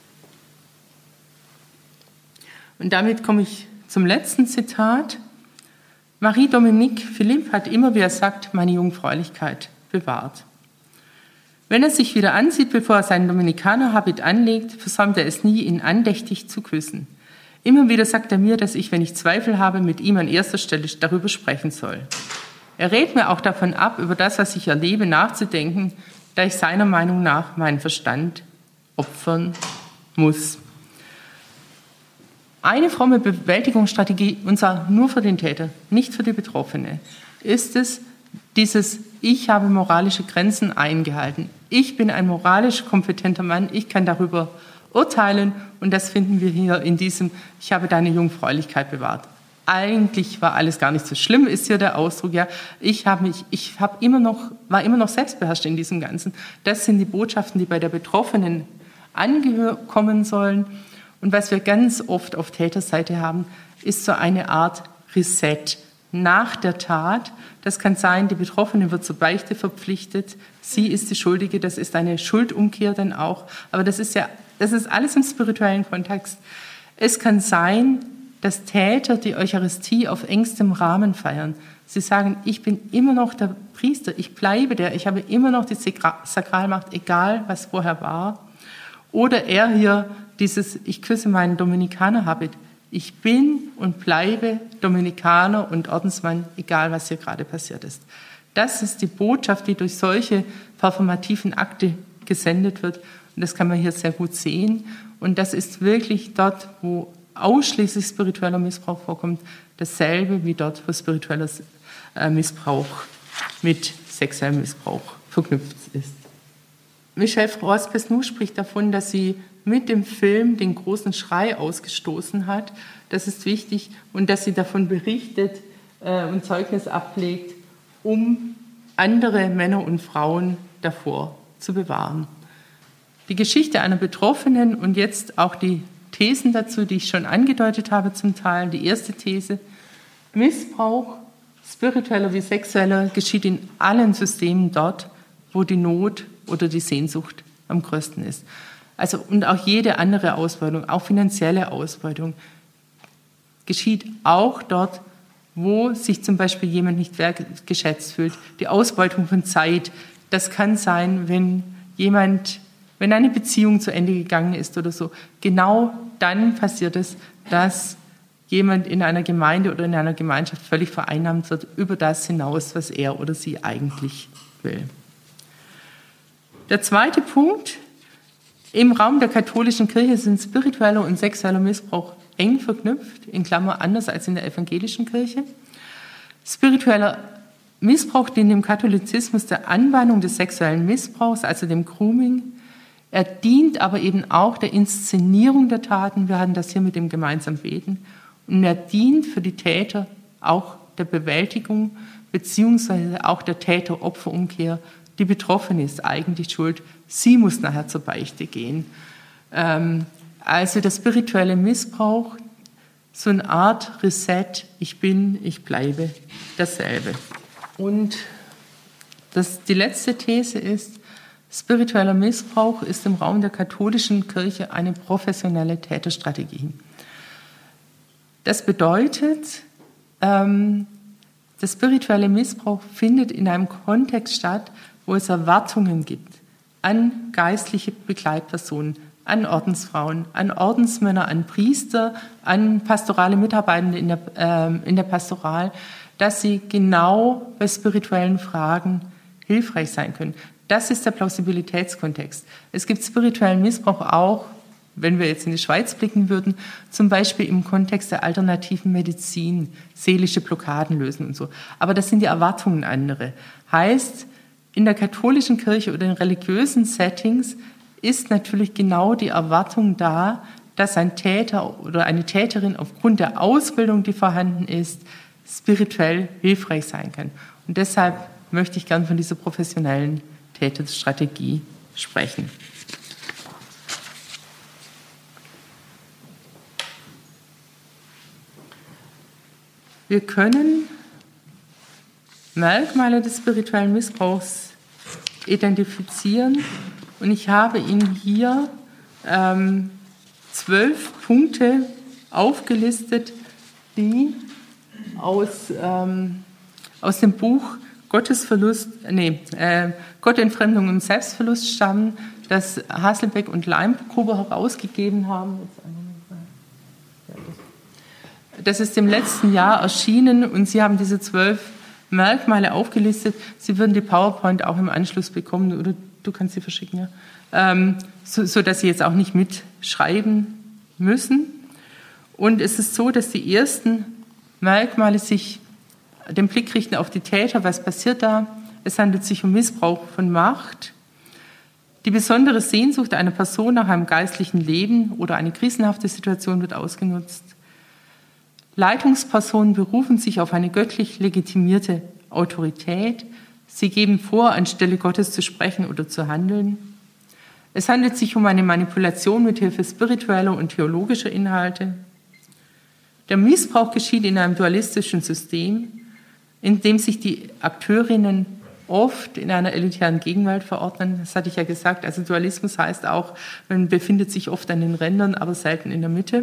S2: Und damit komme ich zum letzten Zitat. Marie-Dominique Philipp hat immer, wie er sagt, meine Jungfräulichkeit bewahrt. Wenn er sich wieder ansieht, bevor er seinen Dominikanerhabit anlegt, versäumt er es nie, ihn andächtig zu küssen. Immer wieder sagt er mir, dass ich, wenn ich Zweifel habe, mit ihm an erster Stelle darüber sprechen soll. Er rät mir auch davon ab, über das, was ich erlebe, nachzudenken, da ich seiner Meinung nach meinen Verstand opfern muss. Eine fromme Bewältigungsstrategie, und zwar nur für den Täter, nicht für die Betroffene, ist es, dieses Ich habe moralische Grenzen eingehalten. Ich bin ein moralisch kompetenter Mann, ich kann darüber urteilen und das finden wir hier in diesem Ich habe deine Jungfräulichkeit bewahrt. Eigentlich war alles gar nicht so schlimm, ist hier der Ausdruck. Ja, ich habe mich, ich habe immer noch, war immer noch selbstbeherrscht in diesem Ganzen. Das sind die Botschaften, die bei der Betroffenen ankommen sollen. Und was wir ganz oft auf Täterseite haben, ist so eine Art Reset nach der Tat. Das kann sein, die Betroffene wird zur Beichte verpflichtet, sie ist die Schuldige, das ist eine Schuldumkehr dann auch. Aber das ist ja, das ist alles im spirituellen Kontext. Es kann sein, dass Täter die Eucharistie auf engstem Rahmen feiern. Sie sagen, ich bin immer noch der Priester, ich bleibe der, ich habe immer noch die Sakralmacht, egal was vorher war. Oder er hier dieses, ich küsse meinen Dominikanerhabit. Ich bin und bleibe Dominikaner und Ordensmann, egal was hier gerade passiert ist. Das ist die Botschaft, die durch solche performativen Akte gesendet wird. Und das kann man hier sehr gut sehen. Und das ist wirklich dort, wo ausschließlich spiritueller Missbrauch vorkommt, dasselbe wie dort, wo spiritueller Missbrauch mit sexuellem Missbrauch verknüpft ist. Michel Frost-Pesnou spricht davon, dass sie mit dem Film den großen Schrei ausgestoßen hat. Das ist wichtig. Und dass sie davon berichtet äh, und Zeugnis ablegt, um andere Männer und Frauen davor zu bewahren. Die Geschichte einer Betroffenen und jetzt auch die Thesen dazu, die ich schon angedeutet habe zum Teil. Die erste These, Missbrauch, spiritueller wie sexueller, geschieht in allen Systemen dort, wo die Not oder die Sehnsucht am größten ist. Also, und auch jede andere Ausbeutung, auch finanzielle Ausbeutung, geschieht auch dort, wo sich zum Beispiel jemand nicht wertgeschätzt fühlt. Die Ausbeutung von Zeit, das kann sein, wenn jemand, wenn eine Beziehung zu Ende gegangen ist oder so. Genau dann passiert es, dass jemand in einer Gemeinde oder in einer Gemeinschaft völlig vereinnahmt wird über das hinaus, was er oder sie eigentlich will. Der zweite Punkt, im Raum der katholischen Kirche sind spiritueller und sexueller Missbrauch eng verknüpft, in Klammer anders als in der evangelischen Kirche. Spiritueller Missbrauch dient dem Katholizismus der Anwandlung des sexuellen Missbrauchs, also dem Grooming. Er dient aber eben auch der Inszenierung der Taten, wir hatten das hier mit dem gemeinsamen Beten, und er dient für die Täter auch der Bewältigung beziehungsweise auch der Täter-Opfer-Umkehr. Die Betroffene ist eigentlich schuld, sie muss nachher zur Beichte gehen. Ähm, also der spirituelle Missbrauch, so eine Art Reset, ich bin, ich bleibe dasselbe. Und das, die letzte These ist, spiritueller Missbrauch ist im Raum der katholischen Kirche eine professionelle Täterstrategie. Das bedeutet, ähm, der spirituelle Missbrauch findet in einem Kontext statt, wo es Erwartungen gibt an geistliche Begleitpersonen, an Ordensfrauen, an Ordensmänner, an Priester, an pastorale Mitarbeitende in der, äh, in der Pastoral, dass sie genau bei spirituellen Fragen hilfreich sein können. Das ist der Plausibilitätskontext. Es gibt spirituellen Missbrauch auch, wenn wir jetzt in die Schweiz blicken würden, zum Beispiel im Kontext der alternativen Medizin, seelische Blockaden lösen und so. Aber das sind die Erwartungen andere. Heißt, in der katholischen Kirche oder in religiösen Settings ist natürlich genau die Erwartung da, dass ein Täter oder eine Täterin aufgrund der Ausbildung, die vorhanden ist, spirituell hilfreich sein kann. Und deshalb möchte ich gern von dieser professionellen Täterstrategie sprechen. Wir können Merkmale des spirituellen Missbrauchs identifizieren und ich habe Ihnen hier ähm, zwölf Punkte aufgelistet, die aus, ähm, aus dem Buch Gottesverlust, nee, äh, Gottentfremdung und Selbstverlust stammen, das Hasselbeck und Leimgruber herausgegeben haben. Das ist im letzten Jahr erschienen und Sie haben diese zwölf Merkmale aufgelistet. Sie würden die PowerPoint auch im Anschluss bekommen oder du kannst sie verschicken, ja? ähm, so, so dass Sie jetzt auch nicht mitschreiben müssen. Und es ist so, dass die ersten Merkmale sich den Blick richten auf die Täter. Was passiert da? Es handelt sich um Missbrauch von Macht. Die besondere Sehnsucht einer Person nach einem geistlichen Leben oder eine krisenhafte Situation wird ausgenutzt. Leitungspersonen berufen sich auf eine göttlich legitimierte Autorität. Sie geben vor, anstelle Gottes zu sprechen oder zu handeln. Es handelt sich um eine Manipulation mit Hilfe spiritueller und theologischer Inhalte. Der Missbrauch geschieht in einem dualistischen System, in dem sich die Akteurinnen oft in einer elitären Gegenwart verordnen. Das hatte ich ja gesagt. Also Dualismus heißt auch, man befindet sich oft an den Rändern, aber selten in der Mitte.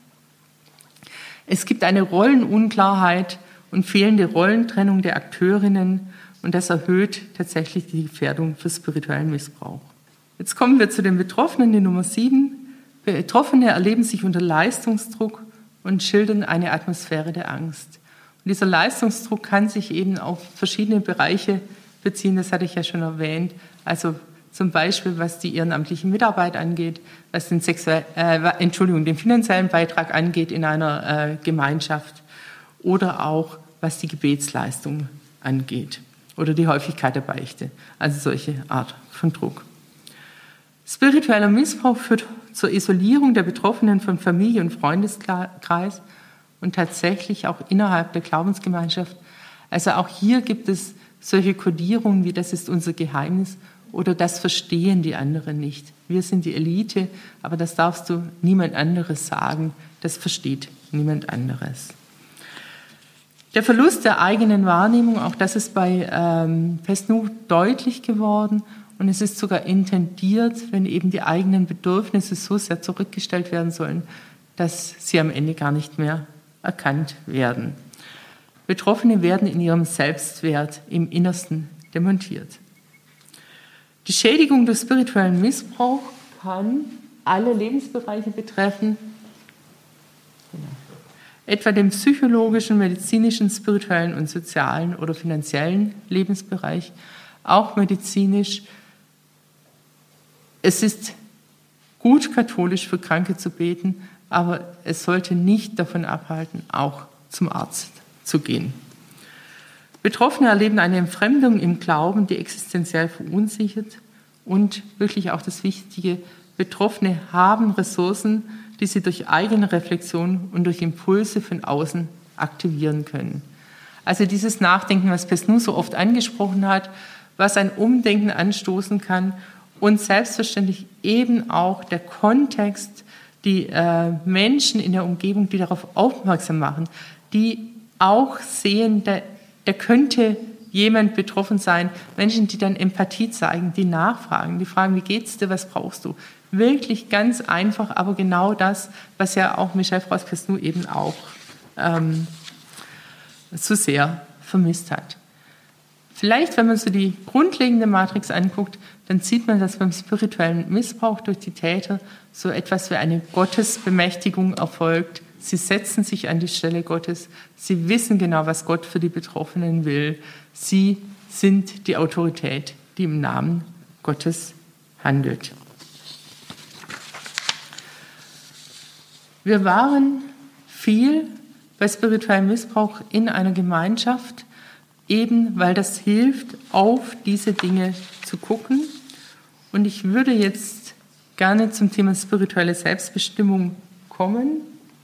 S2: Es gibt eine Rollenunklarheit und fehlende Rollentrennung der Akteurinnen und das erhöht tatsächlich die Gefährdung für spirituellen Missbrauch. Jetzt kommen wir zu den Betroffenen, die Nummer sieben. Betroffene erleben sich unter Leistungsdruck und schildern eine Atmosphäre der Angst. Und dieser Leistungsdruck kann sich eben auf verschiedene Bereiche beziehen, das hatte ich ja schon erwähnt. Also zum Beispiel, was die ehrenamtliche Mitarbeit angeht, was den, sexuell, äh, Entschuldigung, den finanziellen Beitrag angeht in einer äh, Gemeinschaft oder auch, was die Gebetsleistung angeht oder die Häufigkeit der Beichte, also solche Art von Druck. Spiritueller Missbrauch führt zur Isolierung der Betroffenen von Familie und Freundeskreis und tatsächlich auch innerhalb der Glaubensgemeinschaft. Also auch hier gibt es solche Kodierungen wie das ist unser Geheimnis oder das verstehen die anderen nicht. Wir sind die Elite, aber das darfst du niemand anderes sagen. Das versteht niemand anderes. Der Verlust der eigenen Wahrnehmung, auch das ist bei ähm, Pesnu deutlich geworden. Und es ist sogar intendiert, wenn eben die eigenen Bedürfnisse so sehr zurückgestellt werden sollen, dass sie am Ende gar nicht mehr erkannt werden. Betroffene werden in ihrem Selbstwert im Innersten demontiert. Die Schädigung durch spirituellen Missbrauch kann alle Lebensbereiche betreffen, genau. Etwa den psychologischen, medizinischen, spirituellen und sozialen oder finanziellen Lebensbereich, auch medizinisch. Es ist gut katholisch für Kranke zu beten, aber es sollte nicht davon abhalten, auch zum Arzt zu gehen. Betroffene erleben eine Entfremdung im Glauben, die existenziell verunsichert und wirklich auch das Wichtige, Betroffene haben Ressourcen, die sie durch eigene Reflexion und durch Impulse von außen aktivieren können. Also dieses Nachdenken, was Pesnu so oft angesprochen hat, was ein Umdenken anstoßen kann und selbstverständlich eben auch der Kontext, die äh, Menschen in der Umgebung, die darauf aufmerksam machen, die auch sehen, da, da könnte jemand betroffen sein, Menschen, die dann Empathie zeigen, die nachfragen, die fragen, wie geht's dir, was brauchst du? Wirklich ganz einfach, aber genau das, was ja auch Michel Frost-Pesnu eben auch ähm, so sehr vermisst hat. Vielleicht, wenn man so die grundlegende Matrix anguckt, dann sieht man, dass beim spirituellen Missbrauch durch die Täter so etwas wie eine Gottesbemächtigung erfolgt. Sie setzen sich an die Stelle Gottes. Sie wissen genau, was Gott für die Betroffenen will. Sie sind die Autorität, die im Namen Gottes handelt. Wir waren viel bei spirituellem Missbrauch in einer Gemeinschaft, eben weil das hilft, auf diese Dinge zu gucken. Und ich würde jetzt gerne zum Thema spirituelle Selbstbestimmung kommen.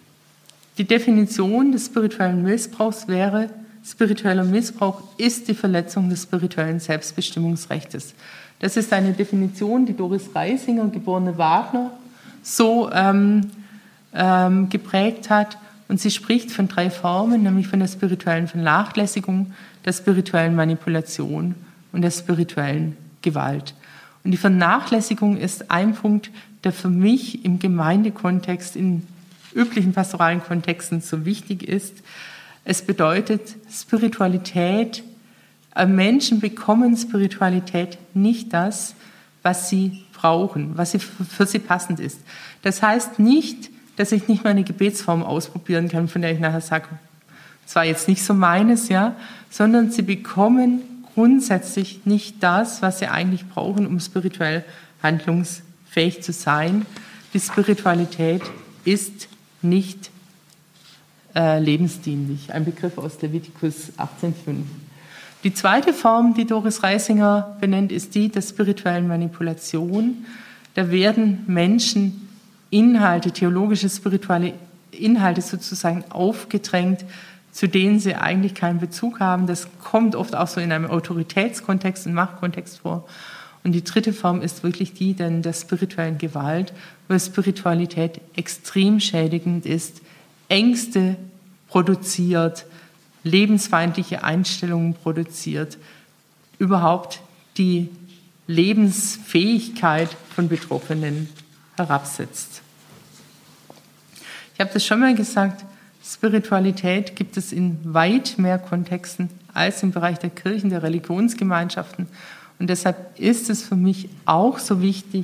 S2: Die Definition des spirituellen Missbrauchs wäre, spiritueller Missbrauch ist die Verletzung des spirituellen Selbstbestimmungsrechts. Das ist eine Definition, die Doris Reisinger, geborene Wagner, so ähm, ähm, geprägt hat. Und sie spricht von drei Formen, nämlich von der spirituellen Vernachlässigung, der spirituellen Manipulation und der spirituellen Gewalt. Und die Vernachlässigung ist ein Punkt, der für mich im Gemeindekontext, in üblichen pastoralen Kontexten so wichtig ist. Es bedeutet, Spiritualität, Menschen bekommen Spiritualität nicht das, was sie brauchen, was für sie passend ist. Das heißt nicht, dass ich nicht mal eine Gebetsform ausprobieren kann, von der ich nachher sage, das war jetzt nicht so meines, ja, sondern sie bekommen grundsätzlich nicht das, was sie eigentlich brauchen, um spirituell handlungsfähig zu sein. Die Spiritualität ist nicht äh, lebensdienlich. Ein Begriff aus Levitikus achtzehn fünf. Die zweite Form, die Doris Reisinger benennt, ist die der spirituellen Manipulation. Da werden Menschen Inhalte, theologische, spirituelle Inhalte sozusagen aufgedrängt, zu denen sie eigentlich keinen Bezug haben. Das kommt oft auch so in einem Autoritätskontext, im Machtkontext vor. Und die dritte Form ist wirklich die denn der spirituellen Gewalt, weil Spiritualität extrem schädigend ist, Ängste produziert, lebensfeindliche Einstellungen produziert, überhaupt die Lebensfähigkeit von Betroffenen herabsetzt. Ich habe das schon mal gesagt, Spiritualität gibt es in weit mehr Kontexten als im Bereich der Kirchen, der Religionsgemeinschaften. Und deshalb ist es für mich auch so wichtig,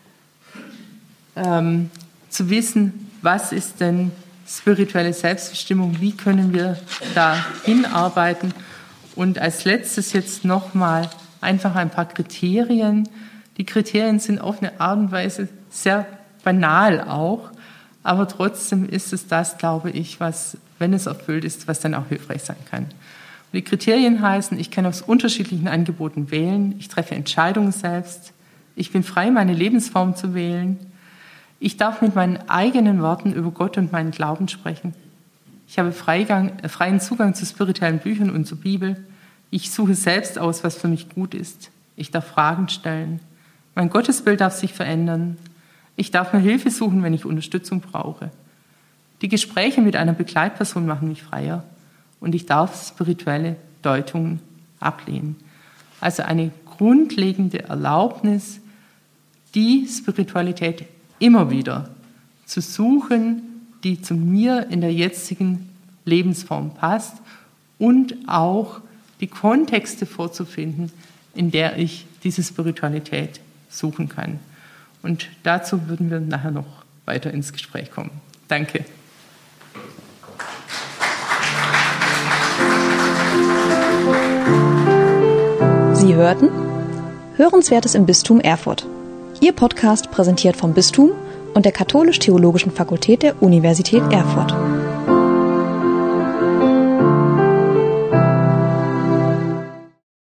S2: ähm, zu wissen, was ist denn spirituelle Selbstbestimmung, wie können wir da hinarbeiten. Und als letztes jetzt nochmal einfach ein paar Kriterien. Die Kriterien sind auf eine Art und Weise sehr banal auch, aber trotzdem ist es das, glaube ich, was, wenn es erfüllt ist, was dann auch hilfreich sein kann. Und die Kriterien heißen, ich kann aus unterschiedlichen Angeboten wählen, ich treffe Entscheidungen selbst, ich bin frei, meine Lebensform zu wählen, ich darf mit meinen eigenen Worten über Gott und meinen Glauben sprechen, ich habe Freigang, äh, freien Zugang zu spirituellen Büchern und zur Bibel, ich suche selbst aus, was für mich gut ist, ich darf Fragen stellen, mein Gottesbild darf sich verändern, ich darf mir Hilfe suchen, wenn ich Unterstützung brauche. Die Gespräche mit einer Begleitperson machen mich freier und ich darf spirituelle Deutungen ablehnen. Also eine grundlegende Erlaubnis, die Spiritualität immer wieder zu suchen, die zu mir in der jetzigen Lebensform passt und auch die Kontexte vorzufinden, in der ich diese Spiritualität suchen kann. Und dazu würden wir nachher noch weiter ins Gespräch kommen. Danke.
S1: Sie hörten Hörenswertes im Bistum Erfurt. Ihr Podcast präsentiert vom Bistum und der Katholisch-Theologischen Fakultät der Universität Erfurt.